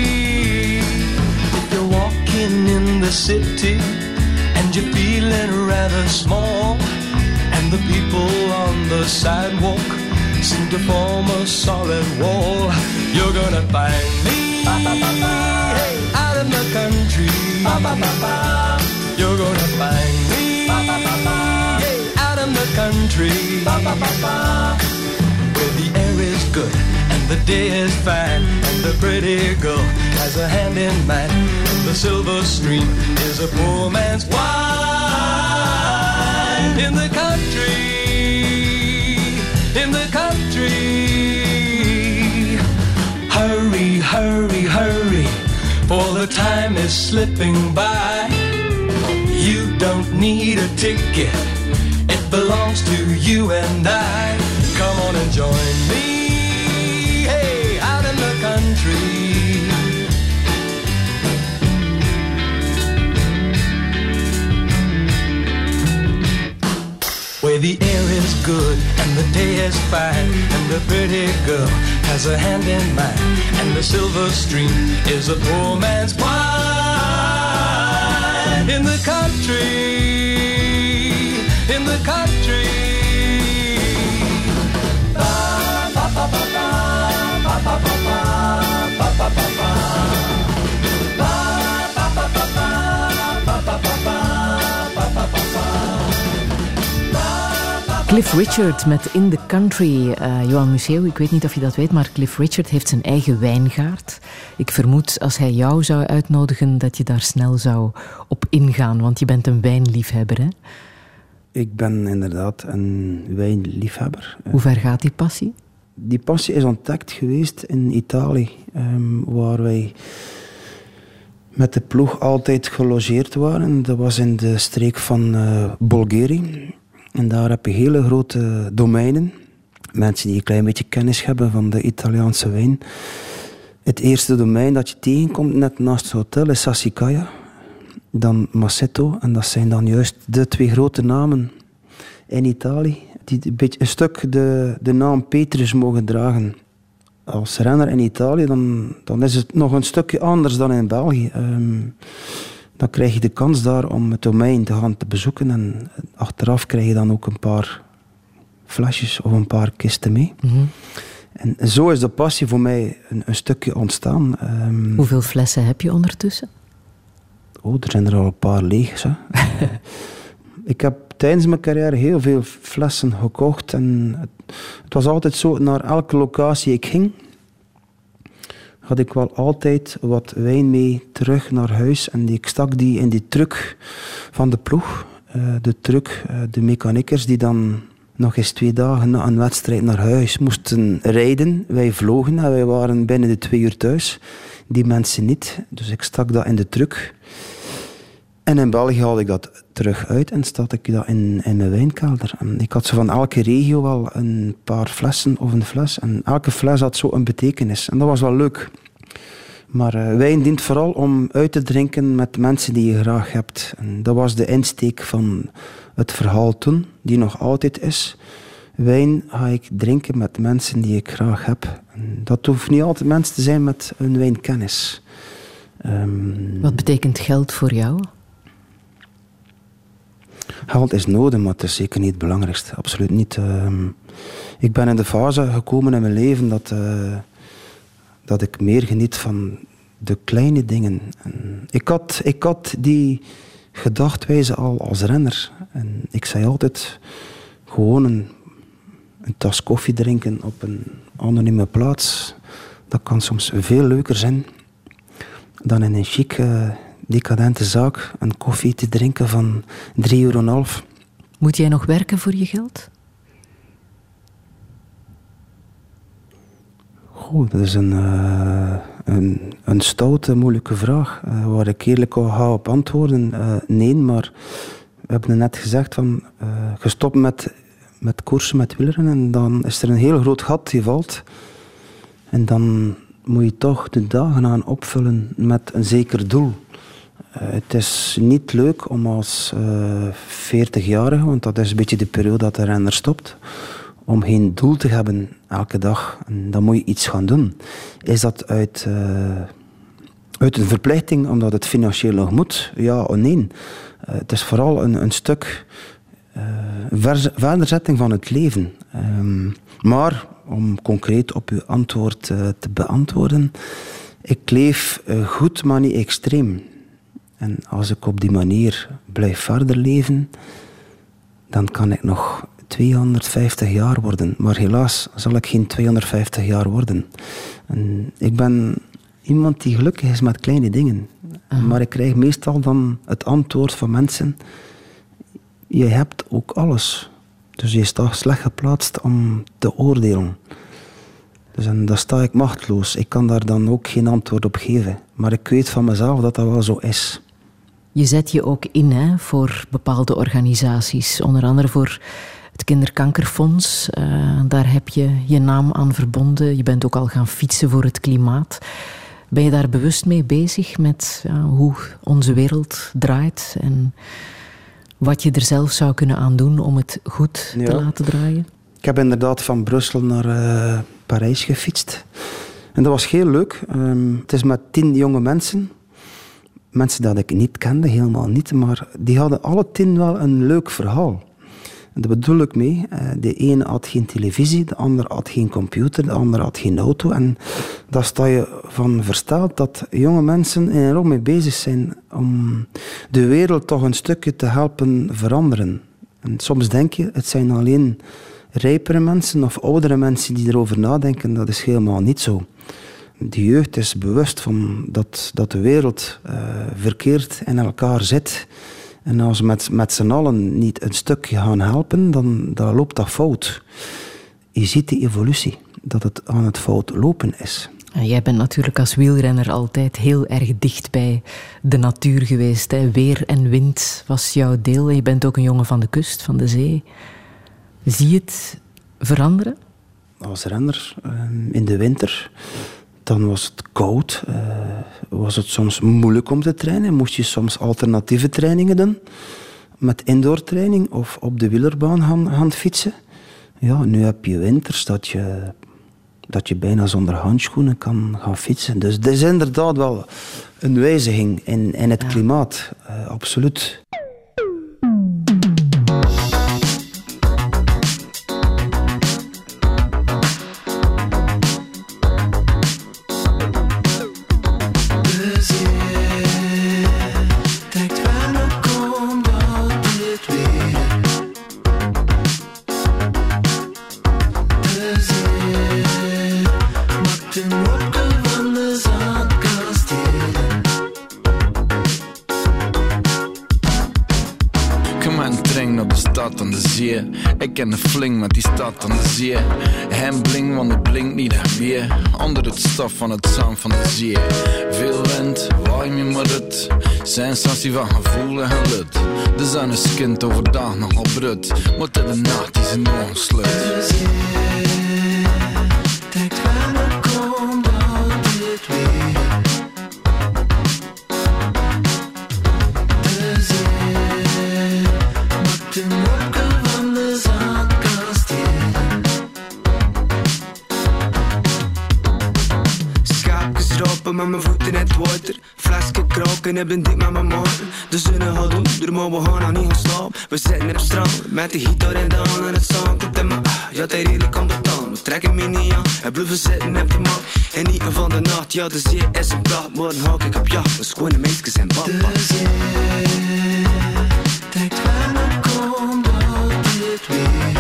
if you're walking in the city and you're feeling rather small, and the people on the sidewalk seem to form a solid wall, you're gonna find me out in the country. You're gonna find me out in the country, where the air is good and the day is fine, and the pretty girl has a hand in mine, and the silver stream is a poor man's wine. In the country, in the country. Hurry, hurry, hurry, for the time is slipping by. You don't need a ticket, it belongs to you and I. Come on and join me, hey, out in the country. Where the air is good and the day is fine, and the pretty girl has a hand in mine, and the silver stream is a poor man's wine. In the country, in the country. Ba, ba, ba, ba, ba, ba, ba, ba, ba, ba, ba, ba, ba. Cliff Richard met In the Country. Uh, Johan Museeuw, ik weet niet of je dat weet, maar Cliff Richard heeft zijn eigen wijngaard. Ik vermoed, als hij jou zou uitnodigen, dat je daar snel zou op ingaan, want je bent een wijnliefhebber, hè? Ik ben inderdaad een wijnliefhebber. Hoe ver gaat die passie? Die passie is ontdekt geweest in Italië, um, waar wij met de ploeg altijd gelogeerd waren. Dat was in de streek van uh, Bolgheri. En daar heb je hele grote domeinen. Mensen die een klein beetje kennis hebben van de Italiaanse wijn. Het eerste domein dat je tegenkomt net naast het hotel is Sassicaia. Dan Massetto. En dat zijn dan juist de twee grote namen in Italië. Die een, beetje, een stuk de, de naam Petrus mogen dragen. Als renner in Italië, dan, dan is het nog een stukje anders dan in België. Um, Dan krijg je de kans daar om het domein te gaan te bezoeken. En achteraf krijg je dan ook een paar flesjes of een paar kisten mee. Mm-hmm. En zo is de passie voor mij een, een stukje ontstaan. Um, Hoeveel flessen heb je ondertussen? Oh, er zijn er al een paar leeg. Hè. Ik heb tijdens mijn carrière heel veel flessen gekocht. En het, het was altijd zo, naar elke locatie ik ging, had ik wel altijd wat wijn mee terug naar huis. En ik stak die in die truck van de ploeg. Uh, de truck, uh, de mechaniekers die dan nog eens twee dagen na een wedstrijd naar huis moesten rijden. Wij vlogen en wij waren binnen de twee uur thuis. Die mensen niet. Dus ik stak dat in de truck. En in België haalde ik dat terug uit en stak ik dat in, in mijn wijnkelder. En ik had zo van elke regio wel een paar flessen of een fles. En elke fles had zo een betekenis. En dat was wel leuk. Maar uh, wijn dient vooral om uit te drinken met mensen die je graag hebt. En dat was de insteek van het verhaal toen, die nog altijd is. Wijn ga ik drinken met mensen die ik graag heb. En dat hoeft niet altijd mensen te zijn met een wijnkennis. Um, Wat betekent geld voor jou? Geld is nodig, maar het is zeker niet het belangrijkste. Absoluut niet. Um, ik ben in de fase gekomen in mijn leven dat, uh, dat ik meer geniet van de kleine dingen. En ik, had, ik had die gedachtwijze al als renner. En ik zei altijd, gewoon een, een tas koffie drinken op een anonieme plaats, dat kan soms veel leuker zijn dan in een chic, uh, decadente zaak een koffie te drinken van drie euro en een half. Moet jij nog werken voor je geld? Goed, dat is een, uh, een, een stoute, moeilijke vraag, uh, waar ik eerlijk ga op antwoorden. Uh, nee, maar we hebben net gezegd van uh, gestopt met, met koersen, met wielrennen, en dan is er een heel groot gat die valt. En dan moet je toch de dagen aan opvullen met een zeker doel. Uh, het is niet leuk om als uh, veertigjarige, want dat is een beetje de periode dat de renner stopt, om geen doel te hebben elke dag. En dan moet je iets gaan doen. Is dat uit, uh, uit een verplichting, omdat het financieel nog moet? Ja of nee? Uh, het is vooral een, een stuk uh, ver, verderzetting van het leven. Um, maar om concreet op uw antwoord uh, te beantwoorden, ik leef uh, goed, maar niet extreem. En als ik op die manier blijf verder leven, dan kan ik nog tweehonderdvijftig jaar worden. Maar helaas zal ik geen tweehonderdvijftig jaar worden. En ik ben iemand die gelukkig is met kleine dingen. Uh-huh. Maar ik krijg meestal dan het antwoord van mensen: je hebt ook alles. Dus je staat slecht geplaatst om te oordelen. Dus en dan sta ik machteloos. Ik kan daar dan ook geen antwoord op geven. Maar ik weet van mezelf dat dat wel zo is. Je zet je ook in hè, voor bepaalde organisaties. Onder andere voor het Kinderkankerfonds. Uh, daar heb je je naam aan verbonden. Je bent ook al gaan fietsen voor het klimaat. Ben je daar bewust mee bezig met uh, hoe onze wereld draait en wat je er zelf zou kunnen aan doen om het goed ja. te laten draaien? Ik heb inderdaad van Brussel naar uh, Parijs gefietst. En dat was heel leuk. Um, het is met tien jonge mensen. Mensen dat ik niet kende, helemaal niet. Maar die hadden alle tien wel een leuk verhaal. En daar bedoel ik mee. De ene had geen televisie, de andere had geen computer, de andere had geen auto. En daar sta je van versteld dat jonge mensen enorm mee bezig zijn om de wereld toch een stukje te helpen veranderen. En soms denk je, het zijn alleen rijpere mensen of oudere mensen die erover nadenken. Dat is helemaal niet zo. De jeugd is bewust van dat, dat de wereld uh, verkeerd in elkaar zit. En als we met, met z'n allen niet een stukje gaan helpen, dan, dan loopt dat fout. Je ziet die evolutie, dat het aan het fout lopen is. En jij bent natuurlijk als wielrenner altijd heel erg dicht bij de natuur geweest. Hè? Weer en wind was jouw deel. En je bent ook een jongen van de kust, van de zee. Zie je het veranderen? Als renner uh, in de winter, dan was het koud. Uh, was het soms moeilijk om te trainen. Moest je soms alternatieve trainingen doen. Met indoortraining of op de wielerbaan gaan, gaan fietsen. Ja, nu heb je winters dat je, dat je bijna zonder handschoenen kan gaan fietsen. Dus het is inderdaad wel een wijziging in, in het ja. klimaat. Uh, absoluut. Ik ken de fling met die stad aan de zee. Hem bling, want het blinkt niet en weer. Onder het stof van het zand van de zee. Veel wind, waai me maar het. Sensatie van gevoel en geluk. De zon is kind overdag nogal brut. Maar in de nacht is een onslut. Denkt waar me komt altijd weer. De zee maakt de mokkel van de zandkast hier. Schaapjes ropen met mijn voeten in het water. Flesje kroken en ben dik met mijn motor. De zon gaat onder, maar we gaan nog niet gaan slapen. We zitten op strand met de gitaar in de hand en het zand komt in mijn ah, ja, het redelijk aan de tand. We trekken me niet aan en blijven zitten op de mat. En niet van de nacht, ja, de zee is een praat. Maar dan hak ik op jacht, de schone meisjes en papa. De zee denkt waar me komt altijd weer.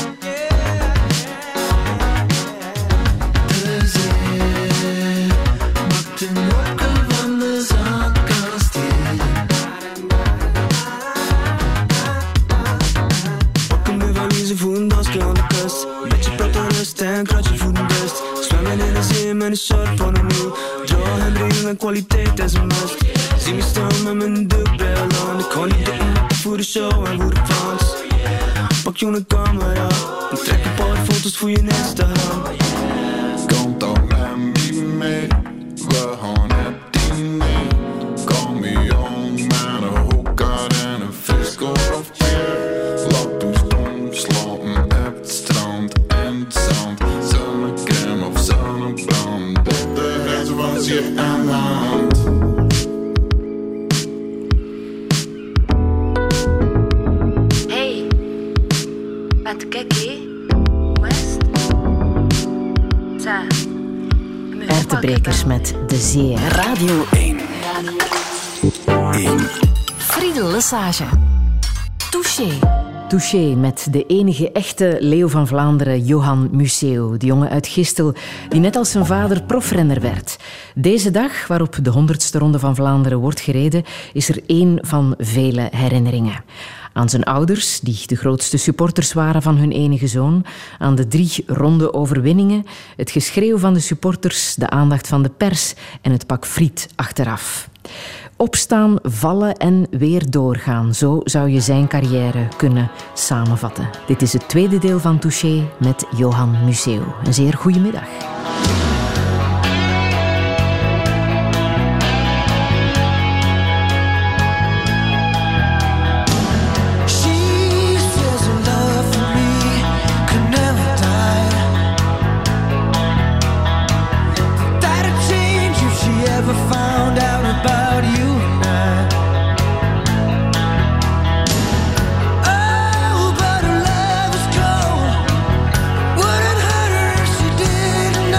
De zee maakt de mokkel van de zandkast hier. Pakken me van wie ze voelen, dansje aan de kust. Beetje plat en rust en kratje voeten dust. Zwemmen in de zee met een short van een nieuw. Draw en brengen en kwaliteit is een must. Zie me staan met mijn duikbril aan. Ik kan niet dukken voor de show en voor de fans. Pak je een camera en trek een paar foto's voor je Instagram. Kom dan met me mee, we gaan het diner. Kom me om met een hoekar en een frisco of beer. Laat toe stom slapen op het strand en het zand. Zonnecrème of zonnebrand, de grens was je aan de hand. Hey, wat kijk hé? West? Za. Ertebrekers met De Zee. Radio één. Friedel Lesage. Touché. Touché met de enige echte leeuw van Vlaanderen, Johan Museeuw. De jongen uit Gistel, die net als zijn vader profrenner werd. Deze dag, waarop de honderdste ronde van Vlaanderen wordt gereden, is er één van vele herinneringen. Aan zijn ouders, die de grootste supporters waren van hun enige zoon. Aan de drie ronde overwinningen. Het geschreeuw van de supporters, de aandacht van de pers en het pak friet achteraf. Opstaan, vallen en weer doorgaan. Zo zou je zijn carrière kunnen samenvatten. Dit is het tweede deel van Touché met Johan Museeuw. Een zeer goede middag. Oh, but her love was cold. Wouldn't hurt her if she did.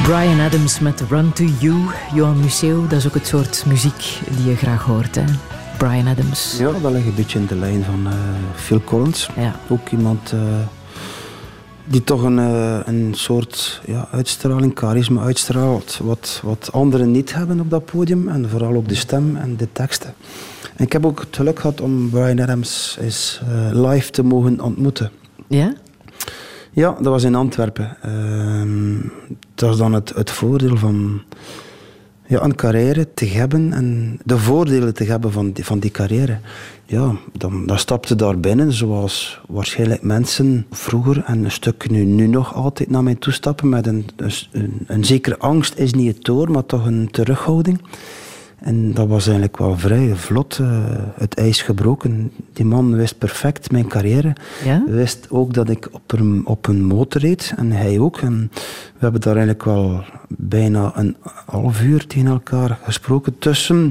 Bryan Adams met Run to You. Johan Museeuw, dat is ook het soort muziek die je graag hoort, hè? Bryan Adams. Ja, dat ligt een beetje in de lijn van uh, Phil Collins. Ja. Ook iemand uh, die toch een, uh, een soort ja, uitstraling, charisma uitstraalt, wat, wat anderen niet hebben op dat podium. En vooral ook de stem en de teksten. En ik heb ook het geluk gehad om Bryan Adams eens uh, live te mogen ontmoeten. Ja? Ja, dat was in Antwerpen. Uh, dat is dan het, het voordeel van ja, een carrière te hebben en de voordelen te hebben van die, van die carrière. Ja, dan, dan stapte daar binnen, zoals waarschijnlijk mensen vroeger en een stuk nu, nu nog altijd naar mij toestappen met een, een, een zekere angst, is niet het toor, maar toch een terughouding. En dat was eigenlijk wel vrij vlot uh, het ijs gebroken. Die man wist perfect mijn carrière. Ja? Wist ook dat ik op een, op een motor reed. En hij ook. En we hebben daar eigenlijk wel bijna een half uur tegen elkaar gesproken. Tussen,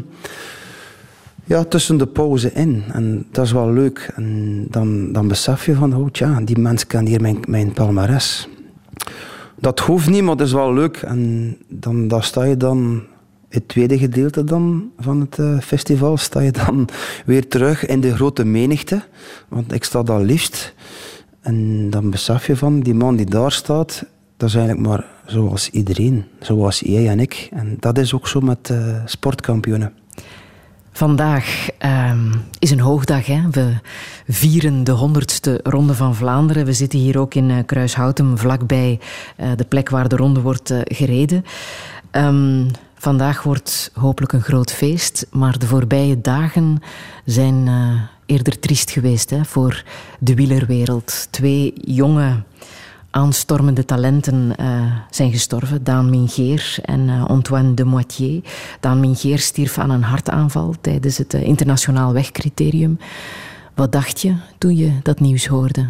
ja, tussen de pauze in. En dat is wel leuk. En dan, dan besef je van, oh tja, die mens kent hier mijn, mijn palmares. Dat hoeft niet, maar dat is wel leuk. En dan, dan sta je dan... Het tweede gedeelte dan van het uh, festival sta je dan weer terug in de grote menigte. Want ik sta daar liefst. En dan besef je van, die man die daar staat, dat is eigenlijk maar zoals iedereen. Zoals jij en ik. En dat is ook zo met uh, sportkampioenen. Vandaag uh, is een hoogdag. Hè? We vieren de honderdste Ronde van Vlaanderen. We zitten hier ook in uh, Kruishoutem, vlakbij uh, de plek waar de ronde wordt uh, gereden. Um, Vandaag wordt hopelijk een groot feest, maar de voorbije dagen zijn uh, eerder triest geweest hè, voor de wielerwereld. Twee jonge, aanstormende talenten uh, zijn gestorven. Daan Mingeer en uh, Antoine de Moitié. Daan Mingeer stierf aan een hartaanval tijdens het uh, internationaal wegcriterium. Wat dacht je toen je dat nieuws hoorde?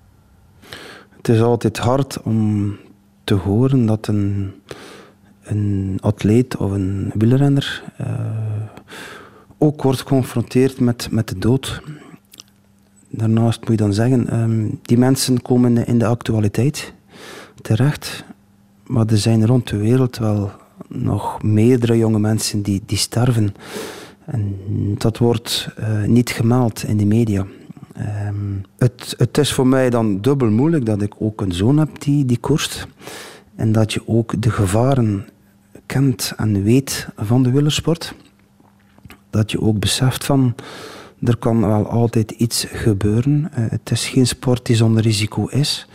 Het is altijd hard om te horen dat een... een atleet of een wielrenner uh, ook wordt geconfronteerd met, met de dood. Daarnaast moet je dan zeggen, um, die mensen komen in de actualiteit terecht, maar er zijn rond de wereld wel nog meerdere jonge mensen die, die sterven. En dat wordt uh, niet gemeld in de media. Um, het, het is voor mij dan dubbel moeilijk dat ik ook een zoon heb die, die koerst. En dat je ook de gevaren kent en weet van de wielersport. Dat je ook beseft van, er kan wel altijd iets gebeuren. Uh, het is geen sport die zonder risico is.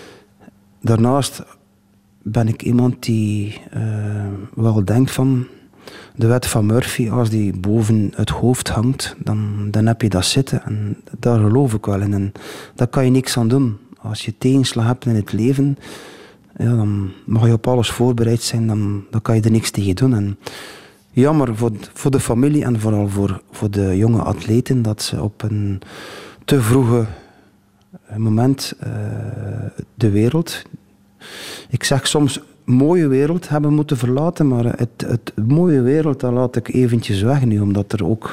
Daarnaast ben ik iemand die uh, wel denkt van, de wet van Murphy, als die boven het hoofd hangt, dan, dan heb je dat zitten. En daar geloof ik wel in. En daar kan je niks aan doen. Als je tegenslag hebt in het leven, ja, dan mag je op alles voorbereid zijn, dan, dan kan je er niks tegen doen. En jammer voor, voor de familie en vooral voor, voor de jonge atleten dat ze op een te vroege moment uh, de wereld, ik zeg soms mooie wereld, hebben moeten verlaten, maar het, het mooie wereld dat laat ik eventjes weg nu, omdat er ook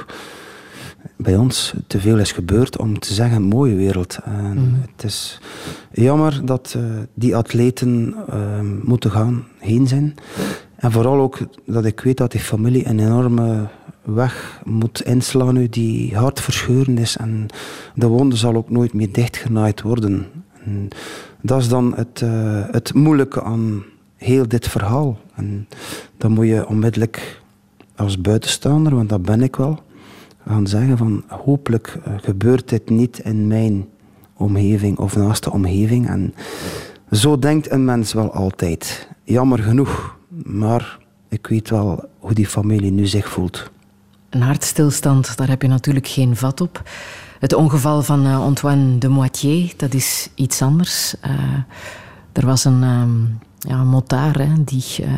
bij ons te veel is gebeurd om te zeggen mooie wereld. En mm. Het is jammer dat uh, die atleten uh, moeten gaan, heen zijn. En vooral ook dat ik weet dat die familie een enorme weg moet inslaan nu die hartverscheurend is. En de wonde zal ook nooit meer dichtgenaaid worden. En dat is dan het, uh, het moeilijke aan heel dit verhaal. En dan moet je onmiddellijk als buitenstaander, want dat ben ik wel, gaan zeggen van hopelijk uh, gebeurt dit niet in mijn omgeving of naast de omgeving. En zo denkt een mens wel altijd. Jammer genoeg, maar ik weet wel hoe die familie nu zich voelt. Een hartstilstand, daar heb je natuurlijk geen vat op. Het ongeval van uh, Antoine de Moitié, dat is iets anders. Uh, er was een, um, ja, een motaar hè, die... Uh,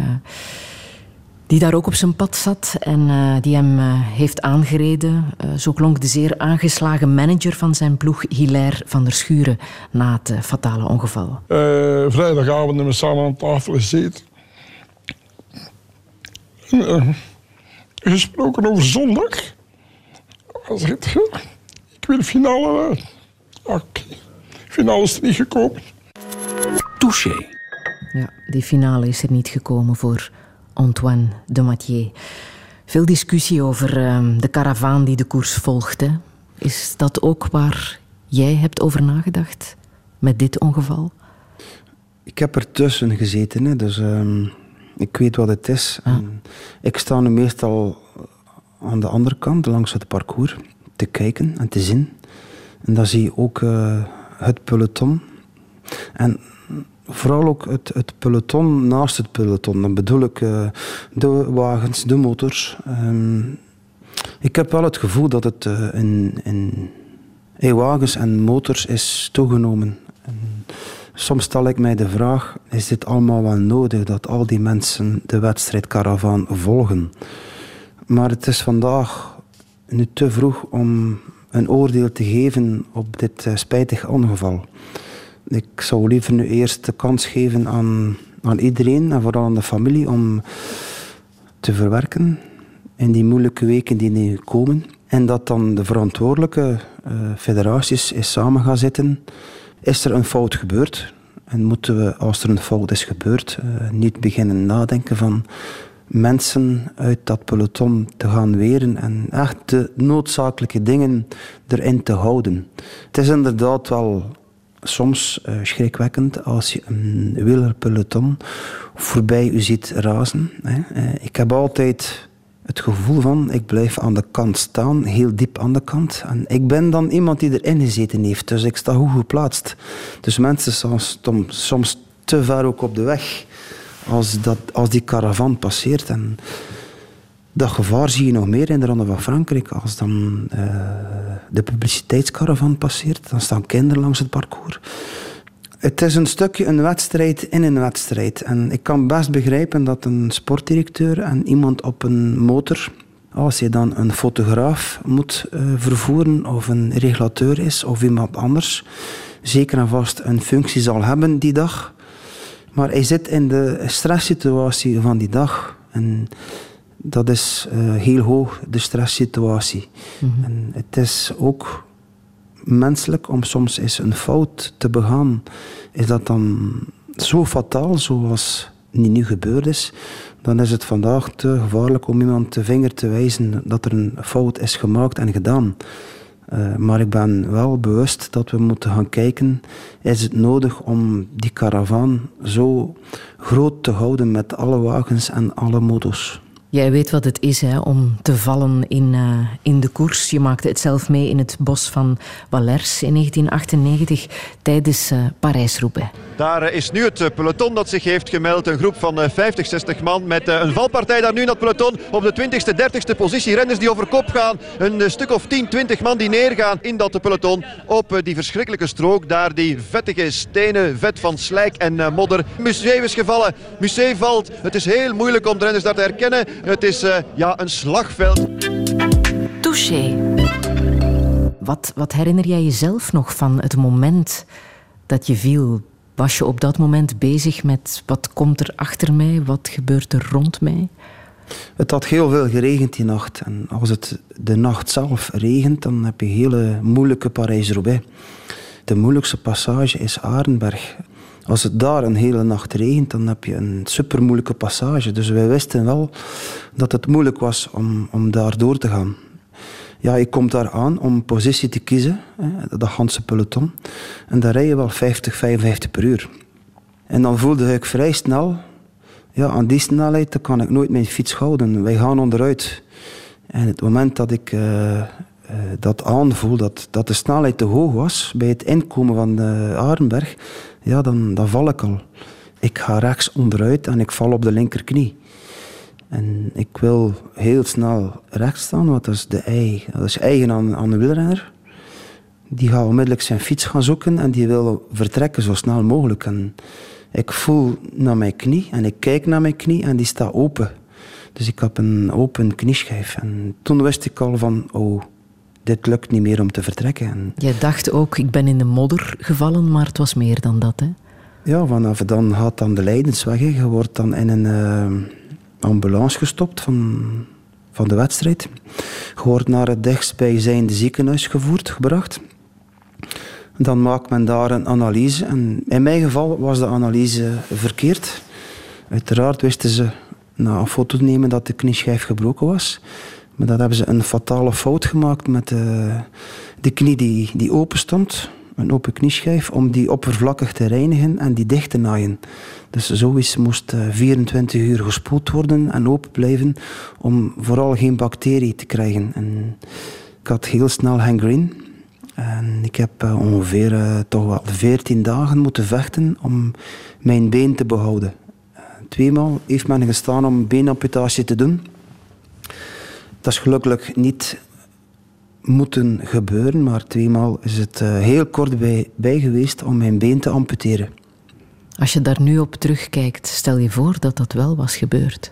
die daar ook op zijn pad zat en uh, die hem uh, heeft aangereden. Uh, zo klonk de zeer aangeslagen manager van zijn ploeg, Hilaire van der Schuren, na het uh, fatale ongeval. Uh, vrijdagavond hebben we samen aan tafel gezeten. Uh, gesproken over zondag. Hij zegt, ik wil de finale uit. Oké, okay. Finale is er niet gekomen. Touché. Ja, die finale is er niet gekomen voor Antoine Demathieu. Veel discussie over uh, de karavaan die de koers volgt. Hè. Is dat ook waar jij hebt over nagedacht met dit ongeval? Ik heb ertussen gezeten, hè, dus uh, ik weet wat het is. Ah. En ik sta nu meestal aan de andere kant, langs het parcours, te kijken en te zien. En dan zie je ook uh, het peloton. En vooral ook het, het peloton naast het peloton. Dan bedoel ik uh, de wagens, de motors. Um, ik heb wel het gevoel dat het uh, in, in, in wagens en motors is toegenomen. En soms stel ik mij de vraag, is dit allemaal wel nodig dat al die mensen de wedstrijdkaravaan volgen? Maar het is vandaag nu te vroeg om een oordeel te geven op dit uh, spijtig ongeval. Ik zou liever nu eerst de kans geven aan, aan iedereen en vooral aan de familie om te verwerken in die moeilijke weken die nu komen. En dat dan de verantwoordelijke uh, federaties eens samen gaan zitten. Is er een fout gebeurd? En moeten we, als er een fout is gebeurd, uh, niet beginnen nadenken van mensen uit dat peloton te gaan weren en echt de noodzakelijke dingen erin te houden. Het is inderdaad wel soms uh, schrikwekkend als je een wielerpeloton voorbij u ziet razen. Hè. Uh, ik heb altijd het gevoel van, ik blijf aan de kant staan, heel diep aan de kant. En ik ben dan iemand die erin gezeten heeft, dus ik sta goed geplaatst. Dus mensen staan soms, soms te ver ook op de weg als, dat, als die caravan passeert. En dat gevaar zie je nog meer in de Ronde van Frankrijk. Als dan uh, de publiciteitskaravan passeert, dan staan kinderen langs het parcours. Het is een stukje een wedstrijd in een wedstrijd. En ik kan best begrijpen dat een sportdirecteur en iemand op een motor, als je dan een fotograaf moet uh, vervoeren of een regulateur is of iemand anders, zeker en vast een functie zal hebben die dag. Maar hij zit in de stresssituatie van die dag. En dat is uh, heel hoog, de stresssituatie. Mm-hmm. En het is ook menselijk om soms eens een fout te begaan. Is dat dan zo fataal, zoals niet nu gebeurd is, dan is het vandaag te gevaarlijk om iemand de vinger te wijzen dat er een fout is gemaakt en gedaan. Uh, maar ik ben wel bewust dat we moeten gaan kijken, is het nodig om die karavaan zo groot te houden met alle wagens en alle motos? Jij weet wat het is, hè, om te vallen in, uh, in de koers. Je maakte het zelf mee in het bos van Wallers in negentien achtennegentig tijdens uh, Parijs-Roubaix. Daar uh, is nu het uh, peloton dat zich heeft gemeld. Een groep van uh, vijftig, zestig man met uh, een valpartij daar nu in dat peloton. Op de twintigste, dertigste positie. Renners die over kop gaan. Een uh, stuk of tien, twintig man die neergaan in dat peloton. Op uh, die verschrikkelijke strook. Daar die vettige stenen, vet van slijk en uh, modder. Museeuw is gevallen. Museeuw valt. Het is heel moeilijk om de renners daar te herkennen. Het is uh, ja, een slagveld. Touché. Wat, wat herinner jij jezelf nog van het moment dat je viel? Was je op dat moment bezig met wat komt er achter mij? Wat gebeurt er rond mij? Het had heel veel geregend die nacht. En als het de nacht zelf regent, dan heb je een hele moeilijke Parijs-Roubaix. De moeilijkste passage is Arenberg. Als het daar een hele nacht regent, dan heb je een supermoeilijke passage. Dus wij wisten wel dat het moeilijk was om, om daar door te gaan. Ja, je komt daar aan om positie te kiezen, hè, dat ganse peloton. En dan rij je wel vijftig, vijfenvijftig per uur. En dan voelde ik vrij snel, ja, aan die snelheid dan kan ik nooit mijn fiets houden. Wij gaan onderuit. En het moment dat ik uh, uh, dat aanvoel, dat, dat de snelheid te hoog was, bij het inkomen van de Arenberg, ja, dan, dan val ik al. Ik ga rechts onderuit en ik val op de linkerknie. En ik wil heel snel rechts staan, want dat is, de ei, dat is eigen aan, aan een wielrenner. Die gaat onmiddellijk zijn fiets gaan zoeken en die wil vertrekken zo snel mogelijk. En ik voel naar mijn knie en ik kijk naar mijn knie en die staat open. Dus ik heb een open knieschijf. En toen wist ik al van, oh, dit lukt niet meer om te vertrekken. En jij dacht ook, ik ben in de modder gevallen, maar het was meer dan dat, hè? Ja, vanaf dan gaat dan de lijdensweg. Hè. Je wordt dan in een uh, ambulance gestopt van, van de wedstrijd. Je wordt naar het dichtstbijzijnde ziekenhuis gevoerd, gebracht. Dan maakt men daar een analyse. En in mijn geval was de analyse verkeerd. Uiteraard wisten ze na een foto te nemen dat de knieschijf gebroken was. Maar dat hebben ze een fatale fout gemaakt met de, de knie die, die open stond. Een open knieschijf, om die oppervlakkig te reinigen en die dicht te naaien. Dus zoiets moest vierentwintig uur gespoeld worden en open blijven om vooral geen bacterie te krijgen. En ik had heel snel gangrene. En ik heb uh, ongeveer uh, toch wel veertien dagen moeten vechten om mijn been te behouden. Uh, tweemaal heeft men gestaan om een beenamputatie te doen. Dat is gelukkig niet moeten gebeuren, maar tweemaal is het uh, heel kort bij, bij geweest om mijn been te amputeren. Als je daar nu op terugkijkt, stel je voor dat dat wel was gebeurd?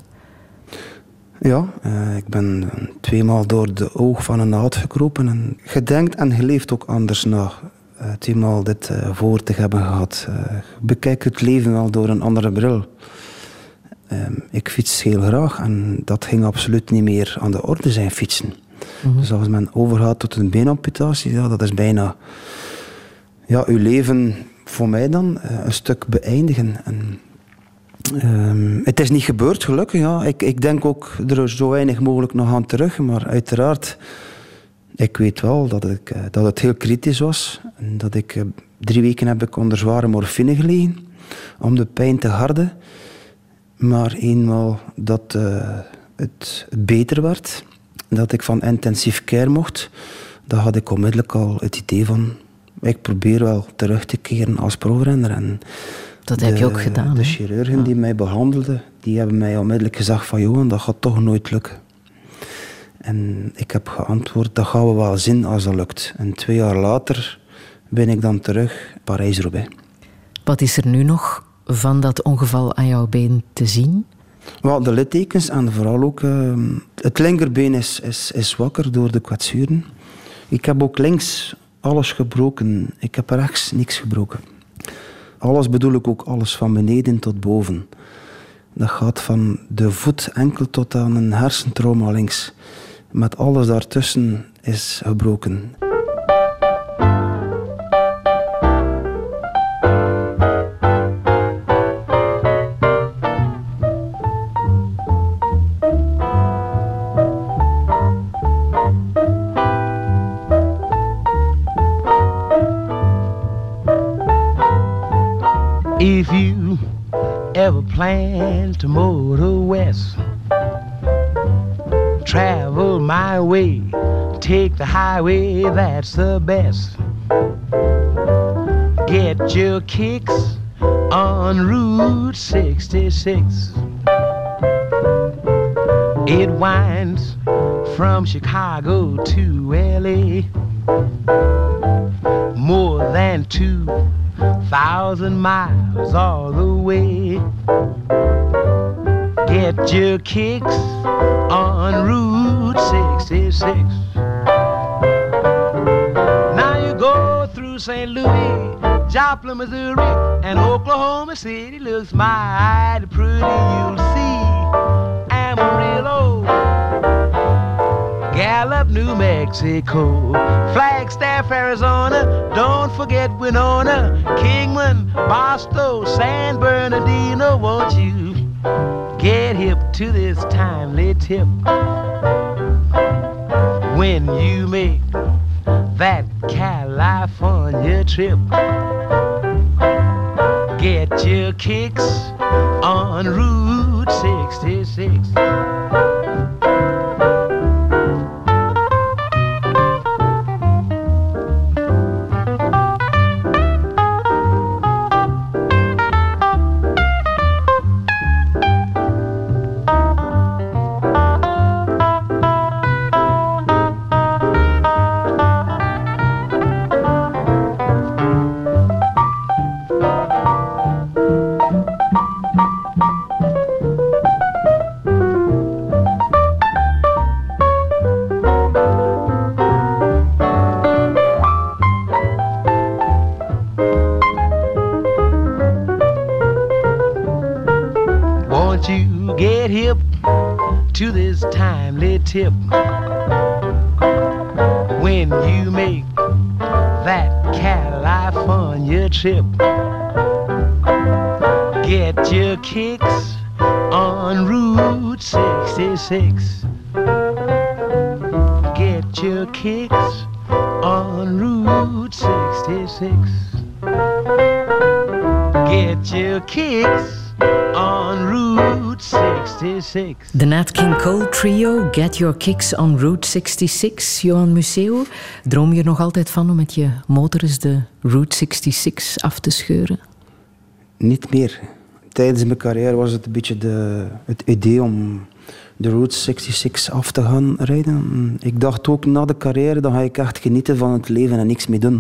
Ja, uh, ik ben tweemaal door de oog van een naald gekropen. En je denkt en je leeft ook anders na uh, tweemaal dit uh, voor te hebben gehad. Uh, bekijk het leven wel door een andere bril. Uh, ik fiets heel graag en dat ging absoluut niet meer aan de orde zijn, fietsen. Mm-hmm. Dus als men overgaat tot een beenamputatie, ja, dat is bijna ja, uw leven voor mij dan uh, een stuk beëindigen. En, uh, het is niet gebeurd, gelukkig. Ja. Ik, ik denk ook er zo weinig mogelijk nog aan terug, maar uiteraard, ik weet wel dat, ik, uh, dat het heel kritisch was. En dat ik uh, drie weken heb ik onder zware morfine gelegen om de pijn te harden. Maar eenmaal dat uh, het beter werd, dat ik van intensief care mocht, dan had ik onmiddellijk al het idee van, ik probeer wel terug te keren als profrenner. En dat heb de, je ook gedaan. De hè? chirurgen ja. die mij behandelden, die hebben mij onmiddellijk gezegd van, Johan, dat gaat toch nooit lukken. En ik heb geantwoord, dat gaan we wel zien als dat lukt. En twee jaar later ben ik dan terug Parijs-Roubaix. Wat is er nu nog van dat ongeval aan jouw been te zien? Well, de littekens en vooral ook uh, het linkerbeen is, is, is zwakker door de kwetsuren. Ik heb ook links alles gebroken. Ik heb rechts niks gebroken. Alles bedoel ik ook alles van beneden tot boven. Dat gaat van de voet enkel tot aan een hersentrauma links. Met alles daartussen is gebroken. If you ever plan to motor west, travel my way, take the highway, that's the best. Get your kicks on Route sixty-six. It winds from Chicago to L A, more than two thousand miles all the way. Get your kicks on Route sixty-six. Now you go through Saint Louis, Joplin, Missouri, and Oklahoma City looks mighty pretty. You'll see Amarillo, Gallup, New Mexico, Flagstaff, Arizona, don't forget Winona, Kingman, Barstow, San Bernardino. Won't you get hip to this timely tip when you make that California trip? Get your kicks on Route sixty-six. To this timely tip when you make that California trip. Get your kicks on Route sixty-six. Get your kicks on Route sixty-six. Get your kicks on Route sixty-six. De Nat King Cole Trio, Get Your Kicks on Route zesenzestig. Johan Museeuw, droom je er nog altijd van om met je motor eens de Route zesenzestig af te scheuren? Niet meer. Tijdens mijn carrière was het een beetje de, het idee om de Route zesenzestig af te gaan rijden. Ik dacht ook na de carrière, dan ga ik echt genieten van het leven en niks meer doen.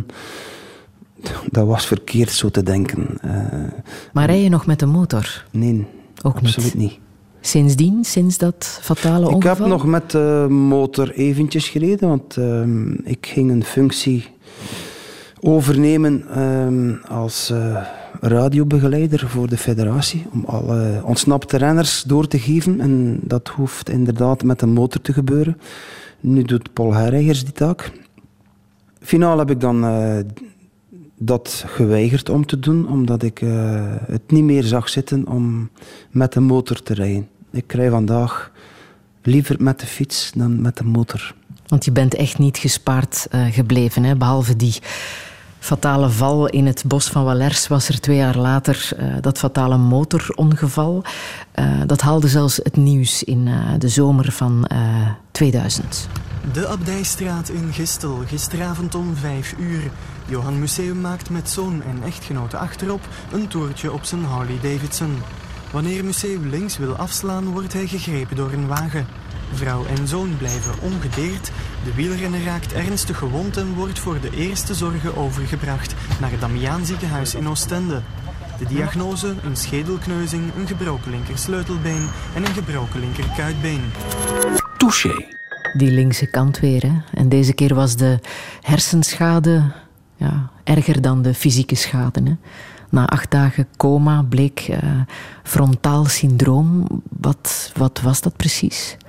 Dat was verkeerd zo te denken. Uh, maar rij je nog met de motor? Nee, ook absoluut niet. niet. Sindsdien, sinds dat fatale ongeval? Ik heb nog met de motor eventjes gereden, want uh, ik ging een functie overnemen uh, als uh, radiobegeleider voor de federatie, om alle ontsnapte renners door te geven. En dat hoeft inderdaad met een motor te gebeuren. Nu doet Paul Herreigers die taak. Finaal heb ik dan uh, dat geweigerd om te doen, omdat ik uh, het niet meer zag zitten om met de motor te rijden. Ik rij vandaag liever met de fiets dan met de motor. Want je bent echt niet gespaard uh, gebleven, hè? Behalve die fatale val in het bos van Wallers was er twee jaar later uh, dat fatale motorongeval. Uh, dat haalde zelfs het nieuws in uh, de zomer van uh, tweeduizend. De Abdijstraat in Gistel, gisteravond om vijf uur. Johan Museeuw maakt met zoon en echtgenote achterop een toertje op zijn Harley Davidson. Wanneer Museeuw links wil afslaan, wordt hij gegrepen door een wagen. Vrouw en zoon blijven ongedeerd. De wielrenner raakt ernstig gewond en wordt voor de eerste zorgen overgebracht naar het Damiaan ziekenhuis in Oostende. De diagnose: een schedelkneuzing, een gebroken linkersleutelbeen en een gebroken linkerkuitbeen. Touché. Die linkse kant weer, hè? En deze keer was de hersenschade ja, erger dan de fysieke schade. Hè? Na acht dagen coma bleek uh, frontaal syndroom. Wat, wat was dat precies?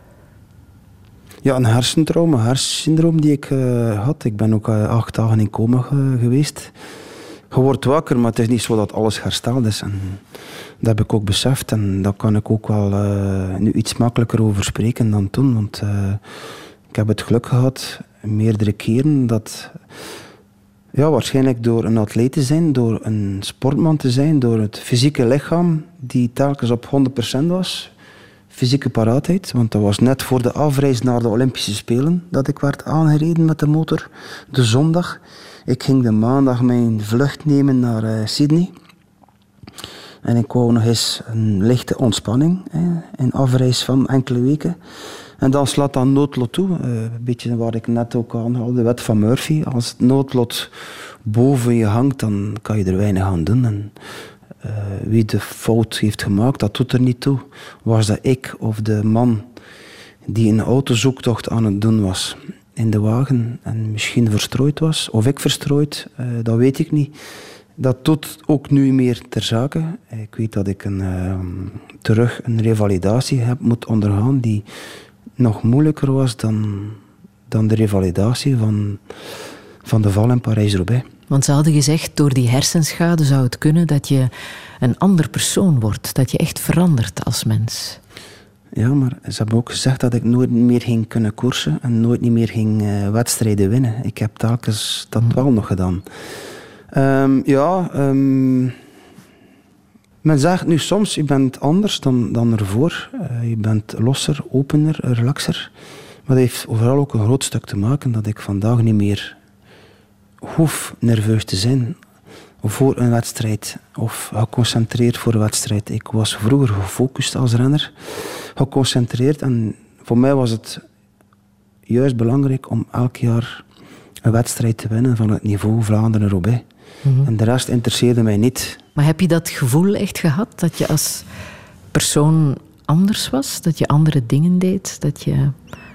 Ja, een hersentrauma, een hersensyndroom die ik uh, had. Ik ben ook uh, acht dagen in coma uh, geweest. Je wordt wakker, maar het is niet zo dat alles hersteld is. En dat heb ik ook beseft en daar kan ik ook wel uh, nu iets makkelijker over spreken dan toen. Want uh, ik heb het geluk gehad, meerdere keren, dat ja, waarschijnlijk door een atleet te zijn, door een sportman te zijn, door het fysieke lichaam die telkens op honderd procent was, fysieke paraatheid, want dat was net voor de afreis naar de Olympische Spelen dat ik werd aangereden met de motor, de zondag. Ik ging de maandag mijn vlucht nemen naar uh, Sydney. En ik wou nog eens een lichte ontspanning, hè, een afreis van enkele weken. En dan slaat dat noodlot toe. Uh, een beetje waar ik net ook aanhaalde, de wet van Murphy. Als het noodlot boven je hangt, dan kan je er weinig aan doen. En, uh, wie de fout heeft gemaakt, dat doet er niet toe. Was dat ik of de man die een autozoektocht aan het doen was in de wagen en misschien verstrooid was, of ik verstrooid, uh, dat weet ik niet. Dat doet ook nu meer ter zake. Ik weet dat ik een, uh, terug een revalidatie heb moeten ondergaan die nog moeilijker was dan, dan de revalidatie van, van de val in Parijs-Roubaix. Want ze hadden gezegd, door die hersenschade zou het kunnen dat je een ander persoon wordt, dat je echt verandert als mens. Ja, maar ze hebben ook gezegd dat ik nooit meer ging kunnen koersen en nooit niet meer ging uh, wedstrijden winnen. Ik heb telkens dat hmm. wel nog gedaan. Um, ja, um, men zegt nu soms, je bent anders dan, dan ervoor. Uh, je bent losser, opener, relaxer. Maar dat heeft vooral ook een groot stuk te maken dat ik vandaag niet meer hoef nerveus te zijn voor een wedstrijd of geconcentreerd voor een wedstrijd. Ik was vroeger gefocust als renner, geconcentreerd en voor mij was het juist belangrijk om elk jaar een wedstrijd te winnen van het niveau Vlaanderen-Roubaix. Mm-hmm. En de rest interesseerde mij niet. Maar heb je dat gevoel echt gehad, dat je als persoon anders was? Dat je andere dingen deed? Dat je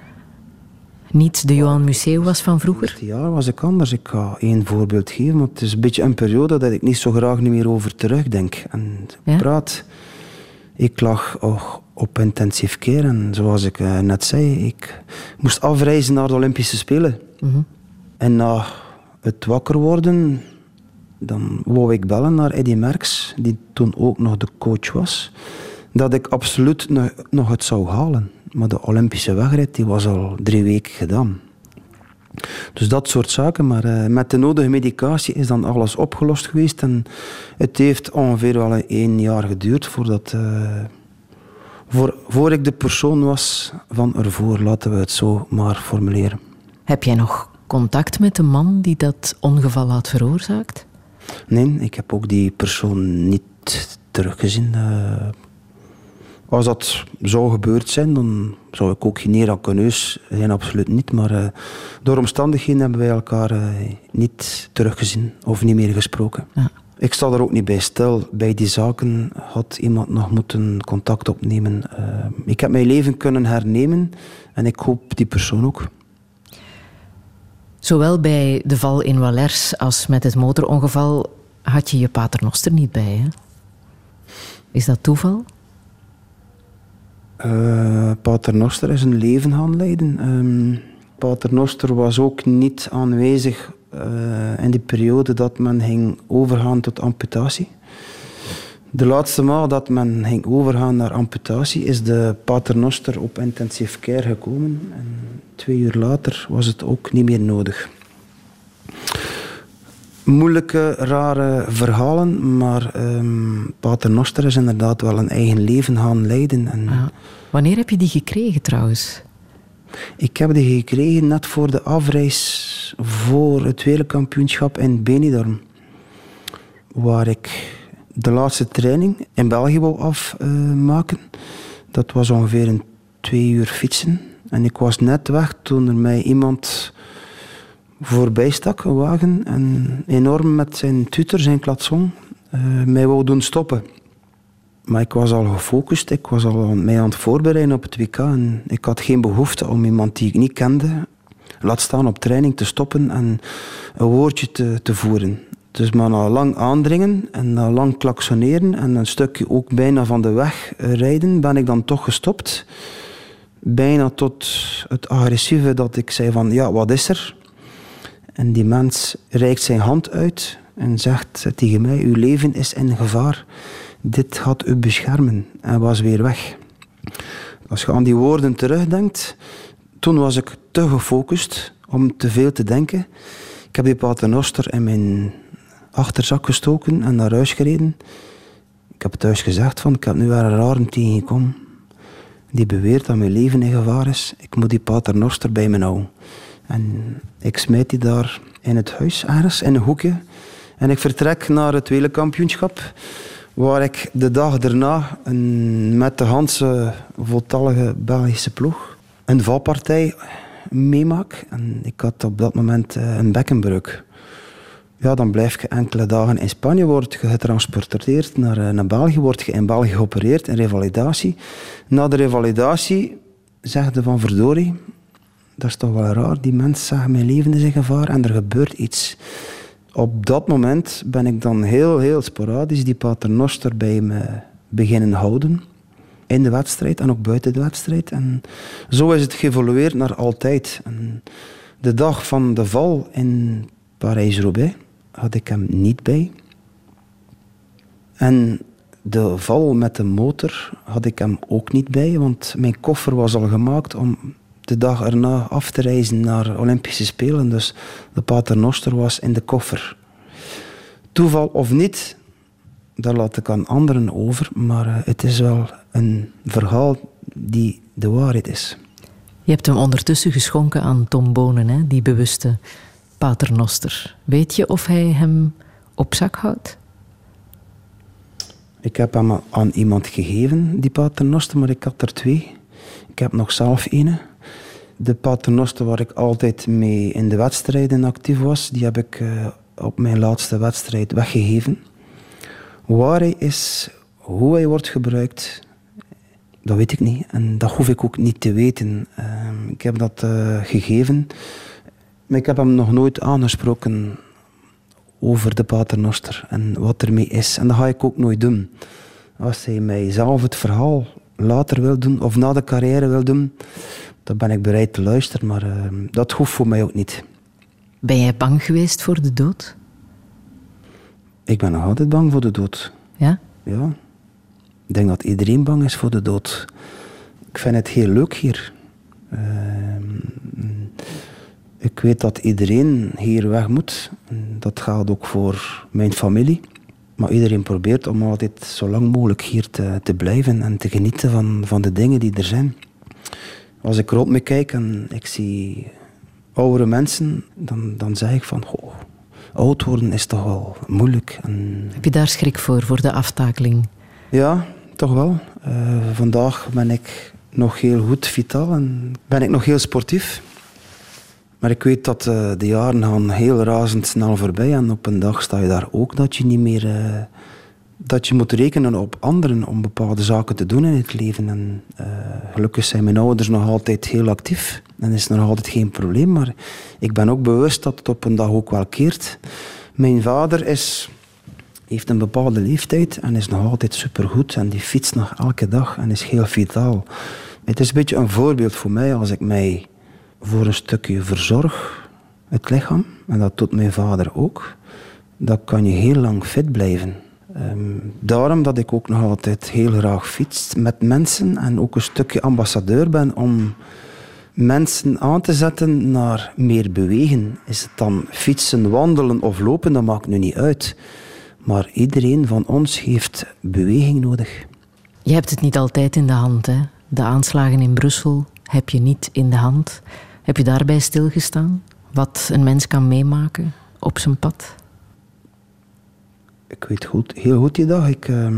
niet de Johan Museeuw was van vroeger? Ja, was ik anders. Ik ga één voorbeeld geven, want het is een beetje een periode dat ik niet zo graag niet meer over terugdenk. En ja? praat. Ik lag oh, op intensive care en zoals ik uh, net zei, ik moest afreizen naar de Olympische Spelen. Mm-hmm. En na het wakker worden, dan wou ik bellen naar Eddy Merckx, die toen ook nog de coach was, dat ik absoluut nog, nog het zou halen. Maar de Olympische wegrit die was al drie weken gedaan. Dus dat soort zaken, maar uh, met de nodige medicatie is dan alles opgelost geweest. En het heeft ongeveer wel één jaar geduurd voordat, uh, voor, voor ik de persoon was van ervoor, laten we het zo maar formuleren. Heb jij nog contact met de man die dat ongeval had veroorzaakt? Nee, ik heb ook die persoon niet teruggezien. Uh, als dat zou gebeurd zijn, dan zou ik ook geen rancouneus zijn, absoluut niet. Maar uh, door omstandigheden hebben wij elkaar uh, niet teruggezien of niet meer gesproken. Ja. Ik sta er ook niet bij stil. Bij die zaken had iemand nog moeten contact opnemen. Uh, ik heb mijn leven kunnen hernemen en ik hoop die persoon ook. Zowel bij de val in Wallers als met het motorongeval had je je paternoster niet bij, hè? Is dat toeval? Uh, Paternoster is een leven gaan leiden. Um, Paternoster was ook niet aanwezig uh, in die periode dat men ging overgaan tot amputatie. De laatste maal dat men ging overgaan naar amputatie is de Paternoster op intensive care gekomen. En twee uur later was het ook niet meer nodig. Moeilijke, rare verhalen, maar um, Paternoster is inderdaad wel een eigen leven gaan leiden. En ah, wanneer heb je die gekregen trouwens? Ik heb die gekregen net voor de afreis voor het wereldkampioenschap in Benidorm. Waar ik de laatste training in België wou afmaken. Uh, dat was ongeveer een twee uur fietsen. En ik was net weg toen er mij iemand voorbij stak, een wagen, en enorm met zijn tutor, zijn klatsong, uh, mij wou doen stoppen. Maar ik was al gefocust, ik was al mij aan het voorbereiden op het W K en ik had geen behoefte om iemand die ik niet kende, laat staan op training, te stoppen en een woordje te, te voeren. Dus maar na lang aandringen en na lang klaksoneren en een stukje ook bijna van de weg rijden, ben ik dan toch gestopt. Bijna tot het agressieve dat ik zei van, ja, wat is er? En die mens reikt zijn hand uit en zegt tegen mij, uw leven is in gevaar. Dit gaat u beschermen. En was weer weg. Als je aan die woorden terugdenkt, toen was ik te gefocust om te veel te denken. Ik heb die paternoster in mijn achterzak gestoken en naar huis gereden. Ik heb thuis gezegd van, ik heb nu weer een rare tegengekomen. Die beweert dat mijn leven in gevaar is. Ik moet die paternoster bij me houden. En ik smijt die daar in het huis, ergens, in een hoekje. En ik vertrek naar het wereldkampioenschap, waar ik de dag daarna een, met de Hanse voltallige Belgische ploeg een valpartij meemaak. En ik had op dat moment een bekkenbreuk. Ja, dan blijf je enkele dagen in Spanje, word je getransporteerd naar, naar België, word je in België geopereerd in revalidatie. Na de revalidatie zeg je van verdorie, dat is toch wel raar, die mensen zeggen mijn leven is in gevaar en er gebeurt iets. Op dat moment ben ik dan heel, heel sporadisch die paternoster bij me beginnen houden. In de wedstrijd en ook buiten de wedstrijd. En zo is het geëvolueerd naar altijd. En de dag van de val in Parijs-Roubaix had ik hem niet bij. En de val met de motor had ik hem ook niet bij, want mijn koffer was al gemaakt om de dag erna af te reizen naar Olympische Spelen. Dus de paternoster was in de koffer. Toeval of niet, daar laat ik aan anderen over, maar uh, het is wel een verhaal die de waarheid is. Je hebt hem ondertussen geschonken aan Tom Bonen, hè? Die bewuste paternoster. Weet je of hij hem op zak houdt? Ik heb hem aan iemand gegeven, die paternoster, maar ik had er twee. Ik heb nog zelf ene. De paternoster waar ik altijd mee in de wedstrijden actief was, die heb ik uh, op mijn laatste wedstrijd weggegeven. Waar hij is, hoe hij wordt gebruikt, dat weet ik niet. En dat hoef ik ook niet te weten. Uh, ik heb dat uh, gegeven, maar ik heb hem nog nooit aangesproken over de paternoster en wat ermee is. En dat ga ik ook nooit doen. Als hij mij zelf het verhaal later wil doen, of na de carrière wil doen, dan ben ik bereid te luisteren, maar uh, dat hoeft voor mij ook niet. Ben jij bang geweest voor de dood? Ik ben nog altijd bang voor de dood. Ja? Ja. Ik denk dat iedereen bang is voor de dood. Ik vind het heel leuk hier. Uh, ik weet dat iedereen hier weg moet. Dat geldt ook voor mijn familie. Maar iedereen probeert om altijd zo lang mogelijk hier te, te blijven en te genieten van, van de dingen die er zijn. Als ik rond me kijk en ik zie oudere mensen, dan, dan zeg ik van, goh, oud worden is toch wel moeilijk. En heb je daar schrik voor, voor de aftakeling? Ja, toch wel. Uh, vandaag ben ik nog heel goed vitaal en ben ik nog heel sportief. Maar ik weet dat uh, de jaren gaan heel razendsnel voorbij en op een dag sta je daar ook dat je niet meer... Uh, dat je moet rekenen op anderen om bepaalde zaken te doen in het leven. En uh, gelukkig zijn mijn ouders nog altijd heel actief en is er nog altijd geen probleem. Maar ik ben ook bewust dat het op een dag ook wel keert. Mijn vader is, heeft een bepaalde leeftijd en is nog altijd supergoed en die fietst nog elke dag en is heel vitaal. Het is een beetje een voorbeeld voor mij als ik mij voor een stukje verzorg, het lichaam, en dat doet mijn vader ook, dan kan je heel lang fit blijven. Um, daarom dat ik ook nog altijd heel graag fiets met mensen en ook een stukje ambassadeur ben om mensen aan te zetten naar meer bewegen. Is het dan fietsen, wandelen of lopen, dat maakt nu niet uit. Maar iedereen van ons heeft beweging nodig. Je hebt het niet altijd in de hand, hè? De aanslagen in Brussel heb je niet in de hand. Heb je daarbij stilgestaan? Wat een mens kan meemaken op zijn pad? Ik weet goed, heel goed die dag. Ik, uh,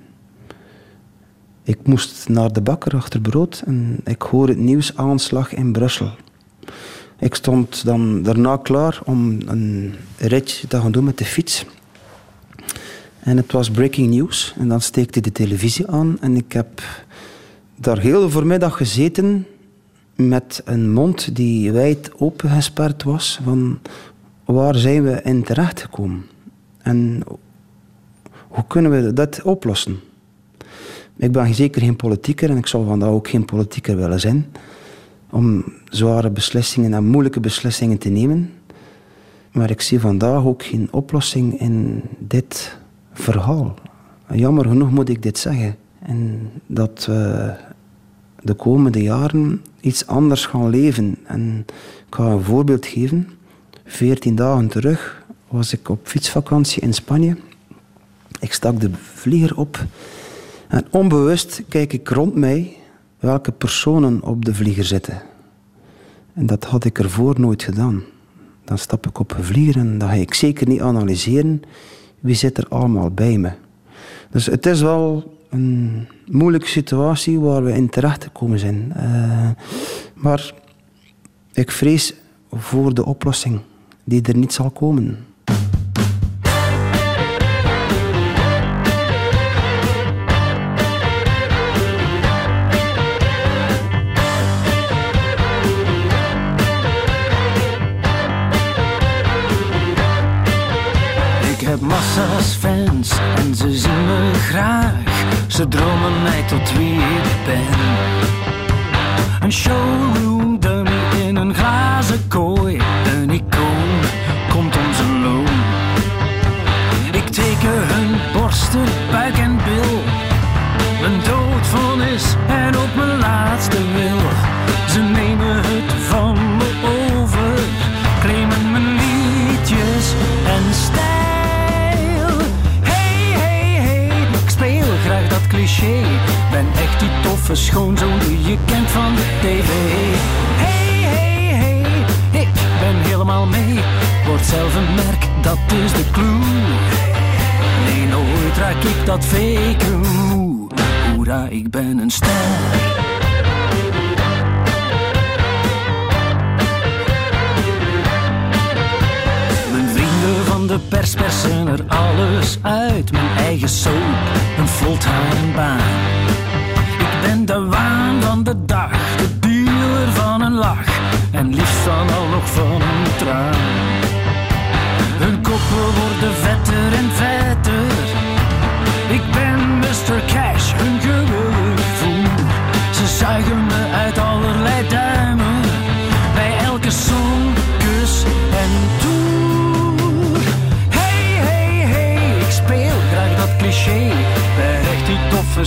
ik moest naar de bakker achter brood en ik hoor het nieuws aanslag in Brussel. Ik stond dan daarna klaar om een ritje te gaan doen met de fiets. En het was breaking news en dan steekte de televisie aan en ik heb daar heel de voormiddag gezeten met een mond die wijd opengesperd was van waar zijn we in terechtgekomen en hoe kunnen we dat oplossen? Ik ben zeker geen politieker en ik zal vandaag ook geen politieker willen zijn om zware beslissingen en moeilijke beslissingen te nemen. Maar ik zie vandaag ook geen oplossing in dit verhaal. Jammer genoeg moet ik dit zeggen. En dat we de komende jaren iets anders gaan leven. En ik ga een voorbeeld geven. Veertien dagen terug was ik op fietsvakantie in Spanje. Ik stak de vlieger op en onbewust kijk ik rond mij welke personen op de vlieger zitten. En dat had ik ervoor nooit gedaan. Dan stap ik op een vlieger en dan ga ik zeker niet analyseren wie zit er allemaal bij me. Dus het is wel een moeilijke situatie waar we in terecht gekomen zijn. Uh, maar ik vrees voor de oplossing die er niet zal komen. Ik heb massa's fans en ze zien me graag. Ze dromen mij tot wie ik ben. Een showroom dummy in een glazen kooi. Een icoon komt om zijn loon. Ik teken hun borsten, buik en bil. Mijn doodvonnis en ook mijn laatste wil. Ze nemen het van me over. Claimen mijn liedjes en stijl. Graag dat cliché. Ben echt die toffe schoonzoon die je kent van de tv. Hey, hey, hey, ik ben helemaal mee. Word zelf een merk, dat is de clue. Nee, nooit raak ik dat fake moe. Hoera, ik ben een ster. De pers persen er alles uit. Mijn eigen soap, een fulltime baan. Ik ben de waan van de dag, de dealer van een lach. En liefst dan al nog van een traan. Hun koppen worden vetter en vetter. Ik ben mister Cash, hun gewillig voer. Ze zuigen me uit allerlei duimen. Bij elke zon, kus en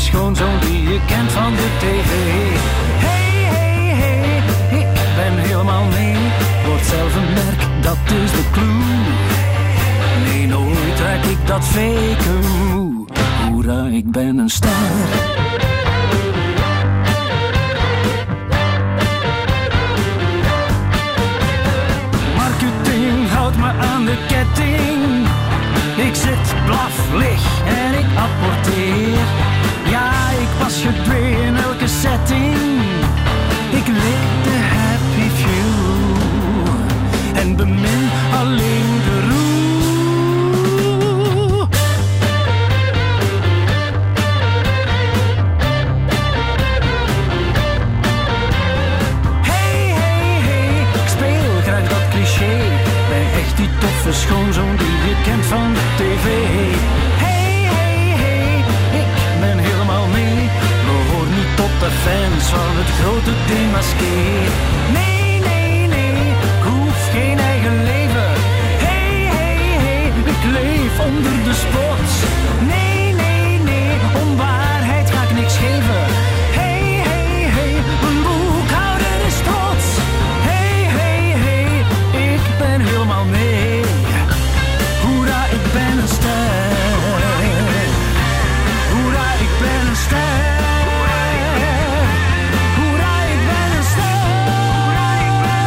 schoonzoon die je kent van de tv. Hey, hey, hey, ik ben helemaal mee. Word zelf een merk, dat is de clue. Nee, nooit trek ik dat faken moe. Hoera, ik ben een ster. Me aan de ketting. Ik zit, blaf, lig en ik apporteer. Ja, ik was gedwee in elke setting. Ik lik de happy few en bemin alleen de roe. Hey, hey, hey, ik speel graag dat cliché. Echt die toffe schoonzoon die je kent van de tv. Hey, hey, hey, ik ben helemaal mee. Behoor niet tot de fans van het grote démasqué. Nee, nee, nee, ik hoef geen eigen leven. Hey, hey, hey, ik leef onder de spot. Nee, nee, nee, om waarheid ga ik niks geven. Hey, hey, hey, mijn boekhouder is trots. Hey, hey, hey, ik ben helemaal mee. Hoera, ik ben een ster. Hoera, ik ben een ster. Hoera, ik ben een ster. Hoera, ik ben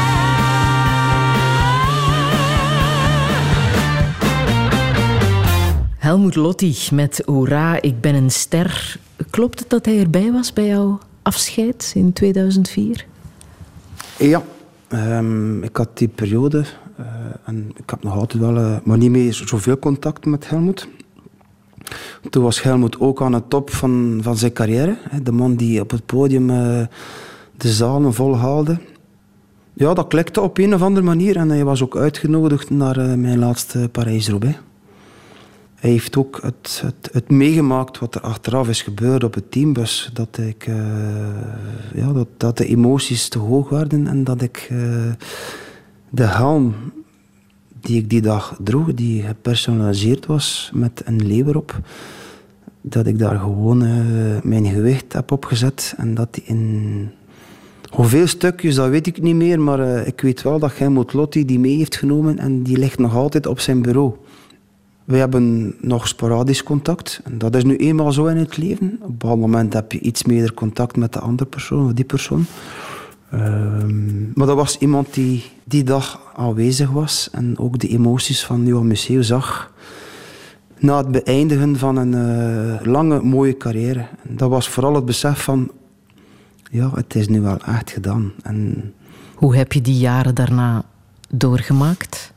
een ster. Helmut Lotti met Hoera, ik ben een ster. Klopt het dat hij erbij was bij jouw afscheid in tweeduizend vier? Ja. Um, ik had die periode, uh, en ik heb nog altijd wel, uh, maar niet meer zoveel contact met Helmut. Toen was Helmut ook aan de top van, van zijn carrière. Hè, de man die op het podium uh, de zalen vol haalde. Ja, dat klikte op een of andere manier en hij was ook uitgenodigd naar uh, mijn laatste Parijs-Roubaix. Hij heeft ook het, het, het meegemaakt wat er achteraf is gebeurd op het teambus. Dat, ik, uh, ja, dat, dat de emoties te hoog werden en dat ik uh, de helm die ik die dag droeg, die gepersonaliseerd was met een leeuw erop, dat ik daar gewoon uh, mijn gewicht heb opgezet en dat die in hoeveel stukjes, dat weet ik niet meer, maar uh, ik weet wel dat Helmut Lotti die mee heeft genomen en die ligt nog altijd op zijn bureau. We hebben nog sporadisch contact. En dat is nu eenmaal zo in het leven. Op een bepaald moment heb je iets meer contact met de andere persoon, of die persoon. Um, maar dat was iemand die die dag aanwezig was en ook de emoties van Johan Museeuw zag na het beëindigen van een uh, lange, mooie carrière. En dat was vooral het besef van, ja, het is nu wel echt gedaan. En hoe heb je die jaren daarna doorgemaakt?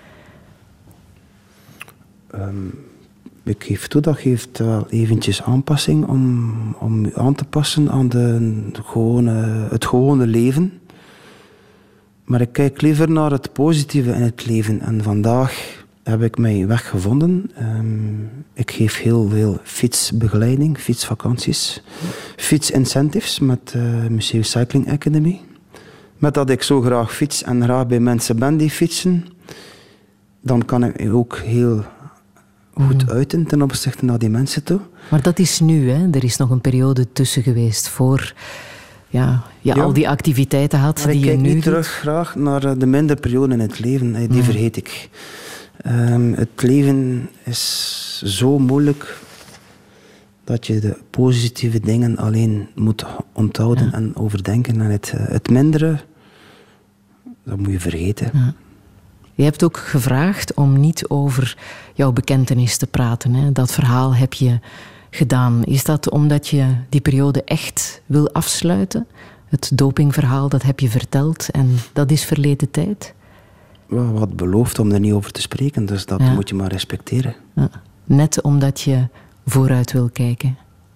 Um, ik geef toe, dat geeft wel eventjes aanpassing om, om je aan te passen aan de, de gewone, het gewone leven. Maar ik kijk liever naar het positieve in het leven. En vandaag heb ik mijn weg gevonden. Um, ik geef heel veel fietsbegeleiding, fietsvakanties, fitsincentives met uh, Museeuw Cycling Academy. Met dat ik zo graag fiets en graag bij mensen ben die fietsen, dan kan ik ook heel goed uiten ten opzichte naar die mensen toe. Maar dat is nu, hè? Er is nog een periode tussen geweest voor ja, je ja. al die activiteiten had maar die je nu ik kijk niet doet. terug graag naar de minder periode in het leven. Die nee. vergeet ik. Um, het leven is zo moeilijk dat je de positieve dingen alleen moet onthouden ja. en overdenken. En het, het mindere, dat moet je vergeten. Ja. Je hebt ook gevraagd om niet over jouw bekentenis te praten. Hè? Dat verhaal heb je gedaan. Is dat omdat je die periode echt wil afsluiten? Het dopingverhaal, dat heb je verteld en dat is verleden tijd? We hadden beloofd om er niet over te spreken, dus dat ja. moet je maar respecteren. Ja. Net omdat je vooruit wil kijken.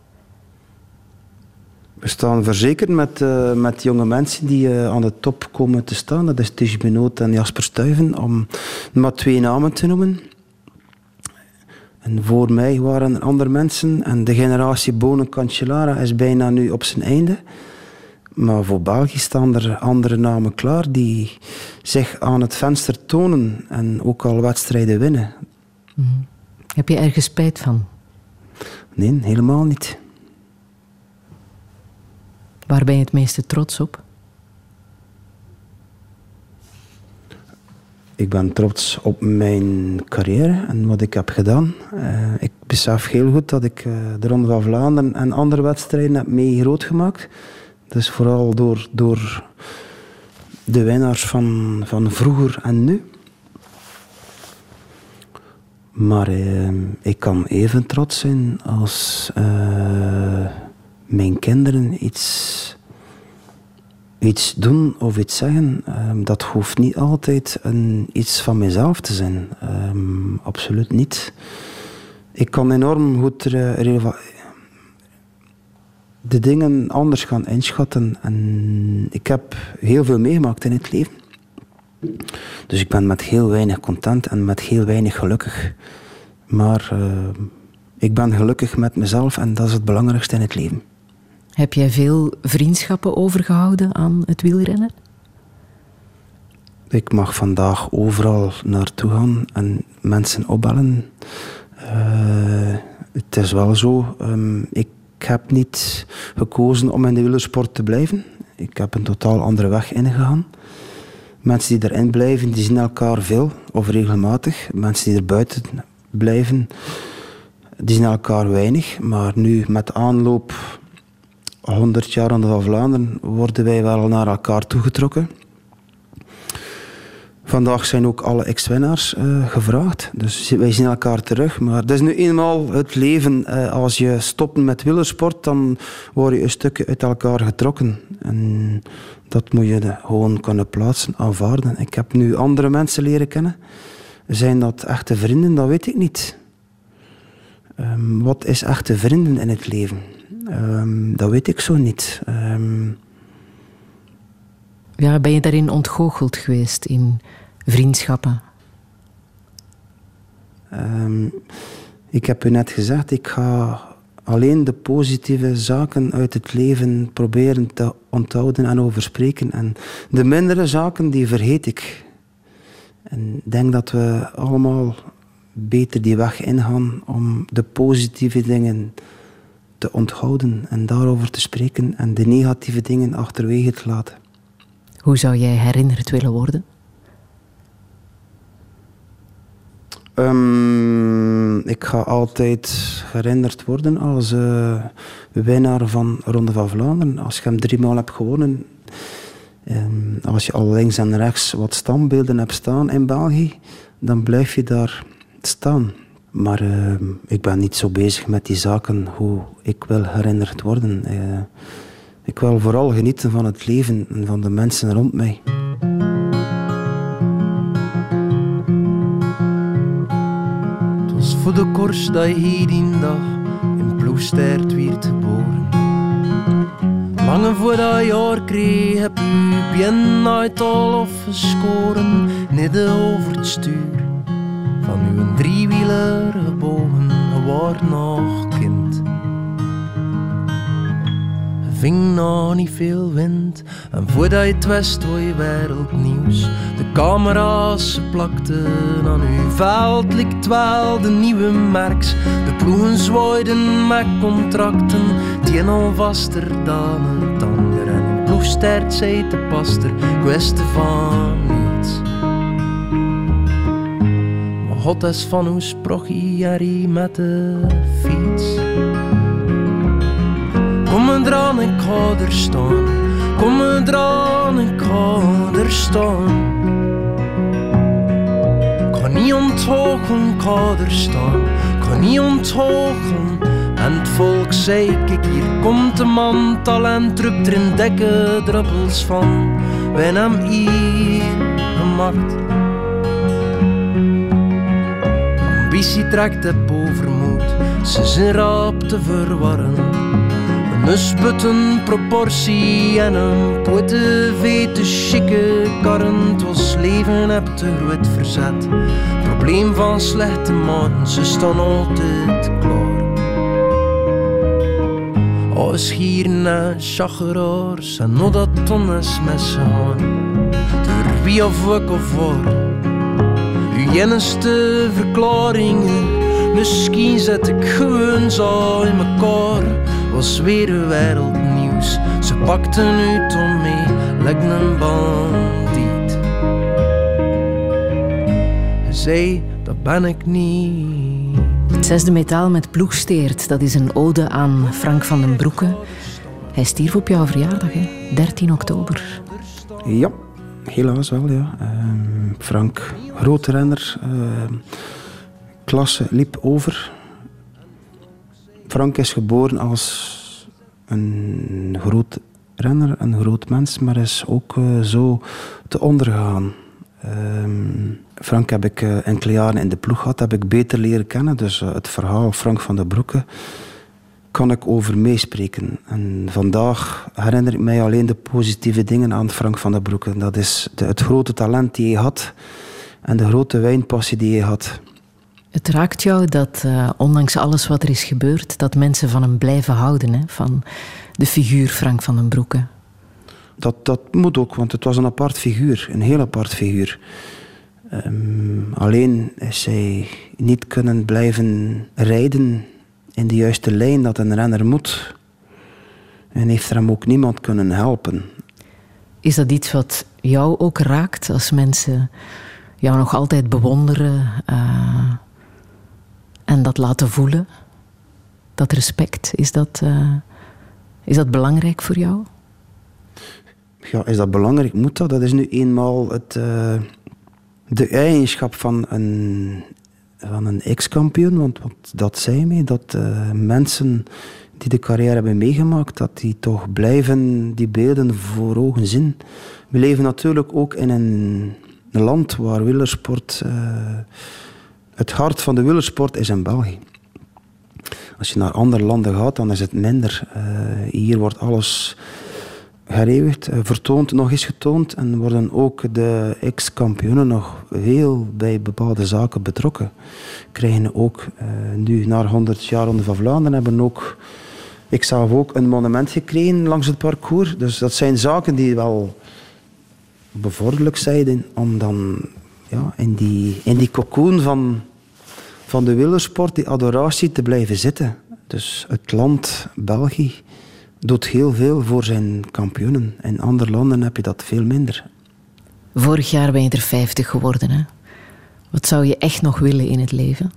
We staan verzekerd met, uh, met jonge mensen die uh, aan de top komen te staan. Dat is Tige Benoot en Jasper Stuyven, om maar twee namen te noemen. En voor mij waren er andere mensen. En de generatie Bonen Cancellara is bijna nu op zijn einde. Maar voor België staan er andere namen klaar die zich aan het venster tonen en ook al wedstrijden winnen. Mm. Heb je ergens spijt van? Nee, helemaal niet. Waar ben je het meeste trots op? Ik ben trots op mijn carrière en wat ik heb gedaan. Uh, ik besef heel goed dat ik uh, de Ronde van Vlaanderen en andere wedstrijden heb mee groot gemaakt. Dus vooral door, door de winnaars van, van vroeger en nu. Maar uh, ik kan even trots zijn als uh, mijn kinderen iets... Iets doen of iets zeggen, um, dat hoeft niet altijd een, iets van mezelf te zijn. Um, absoluut niet. Ik kan enorm goed uh, reva- de dingen anders gaan inschatten. En ik heb heel veel meegemaakt in het leven. Dus ik ben met heel weinig content en met heel weinig gelukkig. Maar uh, ik ben gelukkig met mezelf en dat is het belangrijkste in het leven. Heb jij veel vriendschappen overgehouden aan het wielrennen? Ik mag vandaag overal naartoe gaan en mensen opbellen. Uh, het is wel zo, um, ik heb niet gekozen om in de wielersport te blijven. Ik heb een totaal andere weg ingegaan. Mensen die erin blijven, die zien elkaar veel of regelmatig. Mensen die er buiten blijven, die zien elkaar weinig. Maar nu met de aanloop... honderd jaar Ronde van Vlaanderen worden wij wel naar elkaar toegetrokken. Vandaag zijn ook alle ex-winnaars uh, gevraagd. Dus wij zien elkaar terug. Maar dat is nu eenmaal het leven. Uh, als je stopt met wielersport, dan word je een stukje uit elkaar getrokken. En dat moet je de, gewoon kunnen plaatsen, aanvaarden. Ik heb nu andere mensen leren kennen. Zijn dat echte vrienden? Dat weet ik niet. Um, wat is echte vrienden in het leven? Um, dat weet ik zo niet. Um... Ja, ben je daarin ontgoocheld geweest, in vriendschappen? Um, ik heb u net gezegd, ik ga alleen de positieve zaken uit het leven proberen te onthouden en overspreken. En de mindere zaken, die vergeet ik. En ik denk dat we allemaal beter die weg ingaan om de positieve dingen te onthouden en daarover te spreken en de negatieve dingen achterwege te laten. Hoe zou jij herinnerd willen worden? Um, ik ga altijd herinnerd worden als uh, winnaar van Ronde van Vlaanderen. Als je hem driemaal hebt gewonnen, um, als je al links en rechts wat standbeelden hebt staan in België, dan blijf je daar staan. Maar uh, ik ben niet zo bezig met die zaken, hoe ik wil herinnerd worden. Uh, ik wil vooral genieten van het leven en van de mensen rond mij. Het was voor de koers dat je die dag in Ploegstert werd geboren. Lange voordat je jaar kreeg, heb je bien uit al afgeschoren, midden over het stuur. Van uw driewieler gebogen, je wordt nog kind. Je ving nog niet veel wind, en voordat je het wist, word je wereldnieuws. De camera's ze plakten aan uw veld, likt wel de nieuwe merks. De ploegen zwaaiden met contracten, die al vaster dan het ander. En een ploegstert zei de paster, ik wist ervan niets. God is van hoe sprach hij met de fiets. Kom me eraan, ik ga er staan. Kom me eraan, ik ga er staan. Ik ga niet onthogen, ik ga er staan. Ik ga niet onthogen. En het volk zei, kijk hier komt de man. Talent drukt er in dikke druppels van. Wij hem hier gemaakt. Ambitie trekt het overmoed, ze zijn rap te verwarren. Een usputten proportie en een poete vete chique karren. Het was leven heb te groot verzet, probleem van slechte maten, ze staan altijd klaar. Alle schieren en chageraars en nog dat tonnes messen gaan. Door wie of ik of waar. Uw enigste verklaringen, misschien zet ik gewoon zo in mekaar. Was weer een wereldnieuws. huis. Ze pakte nu Tom mee, lijkt een bandiet. Hij zei, dat ben ik niet. Het zesde metaal met ploegsteert, dat is een ode aan Frank van den Broeke. Hij stierf op jouw verjaardag, hè? dertien oktober. Ja, helaas wel, ja. Uh, Frank, grote renner. Uh, klasse liep over. Frank is geboren als een groot renner, een groot mens, maar is ook uh, zo te ondergaan. Um, Frank heb ik uh, enkele jaren in de ploeg gehad, heb ik beter leren kennen. Dus uh, het verhaal Frank van den Broeke kan ik over meespreken. En vandaag herinner ik mij alleen de positieve dingen aan Frank van den Broeke. Dat is de, het grote talent die hij had en de grote wijnpassie die hij had. Het raakt jou dat, uh, ondanks alles wat er is gebeurd, dat mensen van hem blijven houden, hè? Van de figuur Frank van den Broeke. Dat, dat moet ook, want het was een apart figuur, een heel apart figuur. Um, alleen is hij niet kunnen blijven rijden in de juiste lijn dat een renner moet. En heeft er hem ook niemand kunnen helpen. Is dat iets wat jou ook raakt, als mensen jou nog altijd bewonderen uh, en dat laten voelen? Dat respect, is dat, uh, is dat belangrijk voor jou? Ja, is dat belangrijk? Moet dat? Dat is nu eenmaal het, uh, de eigenschap van een, van een ex-kampioen. Want wat dat zei mij, dat uh, mensen die de carrière hebben meegemaakt, dat die toch blijven die beelden voor ogen zien. We leven natuurlijk ook in een land waar wielersport, uh, het hart van de wielersport is in België. Als je naar andere landen gaat, dan is het minder. Uh, hier wordt alles hereeuwigd, vertoond, nog eens getoond en worden ook de ex-kampioenen nog heel bij bepaalde zaken betrokken. Krijgen ook uh, nu, na honderd jaar Ronde van Vlaanderen, hebben ook, ik zelf ook, een monument gekregen langs het parcours. Dus dat zijn zaken die wel bevorderlijk zijn om dan ja, in die, in die cocoon van, van de wielersport, die adoratie, te blijven zitten. Dus het land België doet heel veel voor zijn kampioenen. In andere landen heb je dat veel minder. Vorig jaar ben je er vijftig geworden, hè? Wat zou je echt nog willen in het leven?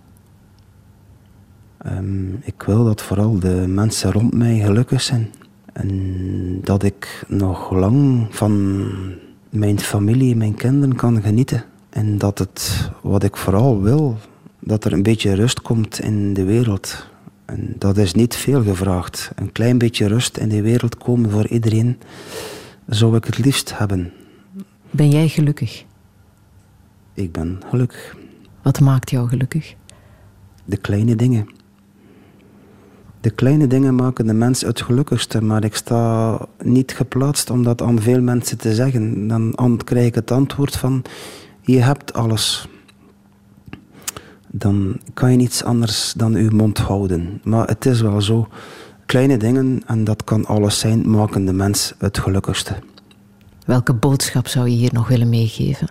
Um, ik wil dat vooral de mensen rond mij gelukkig zijn. En dat ik nog lang van mijn familie, mijn kinderen kan genieten. En dat het, wat ik vooral wil, dat er een beetje rust komt in de wereld. En dat is niet veel gevraagd. Een klein beetje rust in de wereld komen voor iedereen zou ik het liefst hebben. Ben jij gelukkig? Ik ben gelukkig. Wat maakt jou gelukkig? De kleine dingen. De kleine dingen maken de mens het gelukkigste, maar ik sta niet geplaatst om dat aan veel mensen te zeggen. Dan krijg ik het antwoord van, je hebt alles. Dan kan je niets anders dan je mond houden. Maar het is wel zo. Kleine dingen, en dat kan alles zijn, maken de mens het gelukkigste. Welke boodschap zou je hier nog willen meegeven?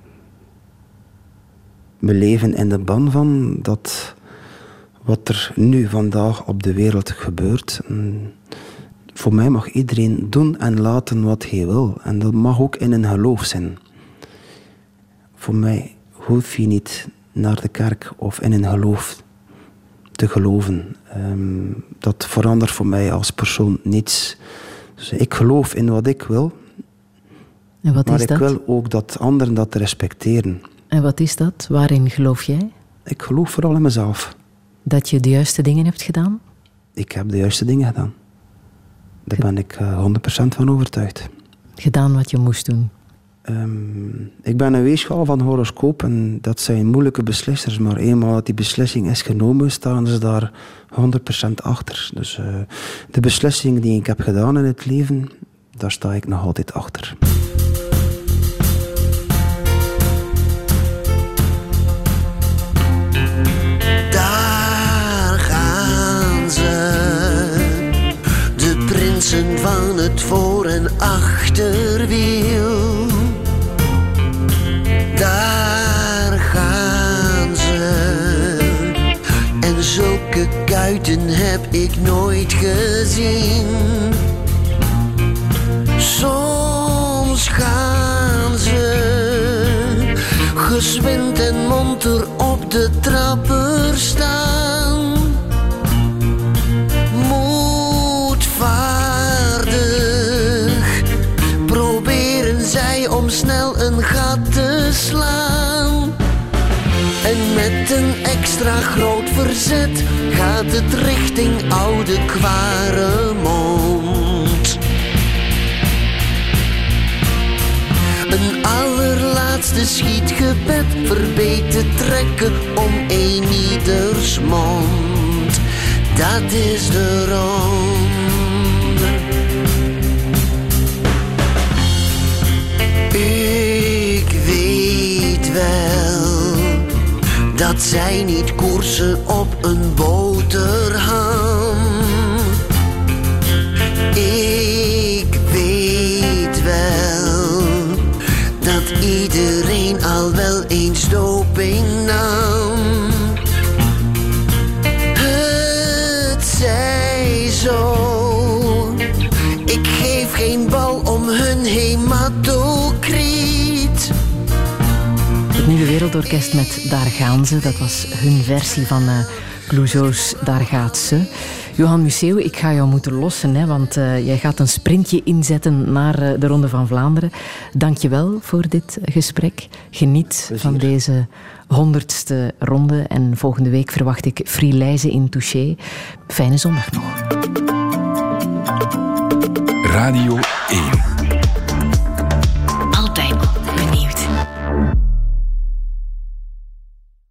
We leven in de ban van dat wat er nu vandaag op de wereld gebeurt. Voor mij mag iedereen doen en laten wat hij wil. En dat mag ook in een geloof zijn. Voor mij hoef je niet naar de kerk of in een geloof te geloven. Um, dat verandert voor mij als persoon niets. Dus ik geloof in wat ik wil. En wat maar is ik dat? wil ook dat anderen dat respecteren. En wat is dat? Waarin geloof jij? Ik geloof vooral in mezelf. Dat je de juiste dingen hebt gedaan? Ik heb de juiste dingen gedaan. Daar ben ik uh, honderd procent van overtuigd. Gedaan wat je moest doen? Um, ik ben een weegschaal van horoscoop en dat zijn moeilijke beslissers, maar eenmaal dat die beslissing is genomen, staan ze daar honderd procent achter. Dus uh, de beslissingen die ik heb gedaan in het leven, daar sta ik nog altijd achter. Daar gaan ze, de prinsen van het voor- en achterwiel. Daar gaan ze, en zulke kuiten heb ik nooit gezien. Soms gaan ze gezwind en monter op de trapper staan. Moedvaardig proberen zij om snel een gat te slaan. En met een extra groot verzet gaat het richting oude Kwaremond. Een allerlaatste schietgebed verbeet te trekken om een ieders mond. Dat is de ronde. Ik weet wel dat zij niet koersen op een boterham. Ik weet wel dat iedereen al wel eens doping nam. Het zij zo, ik geef geen bal om hun hematocriet. Het Nieuwe Wereldorkest met Daar gaan ze, dat was hun versie van uh, Clouseau's Daar gaat ze. Johan Museeuw, ik ga jou moeten lossen, hè, want uh, jij gaat een sprintje inzetten naar uh, de Ronde van Vlaanderen. Dank je wel voor dit gesprek. Geniet Plezier. van deze honderdste ronde en volgende week verwacht ik Frielijze in Touché. Fijne zondag nog. Radio één.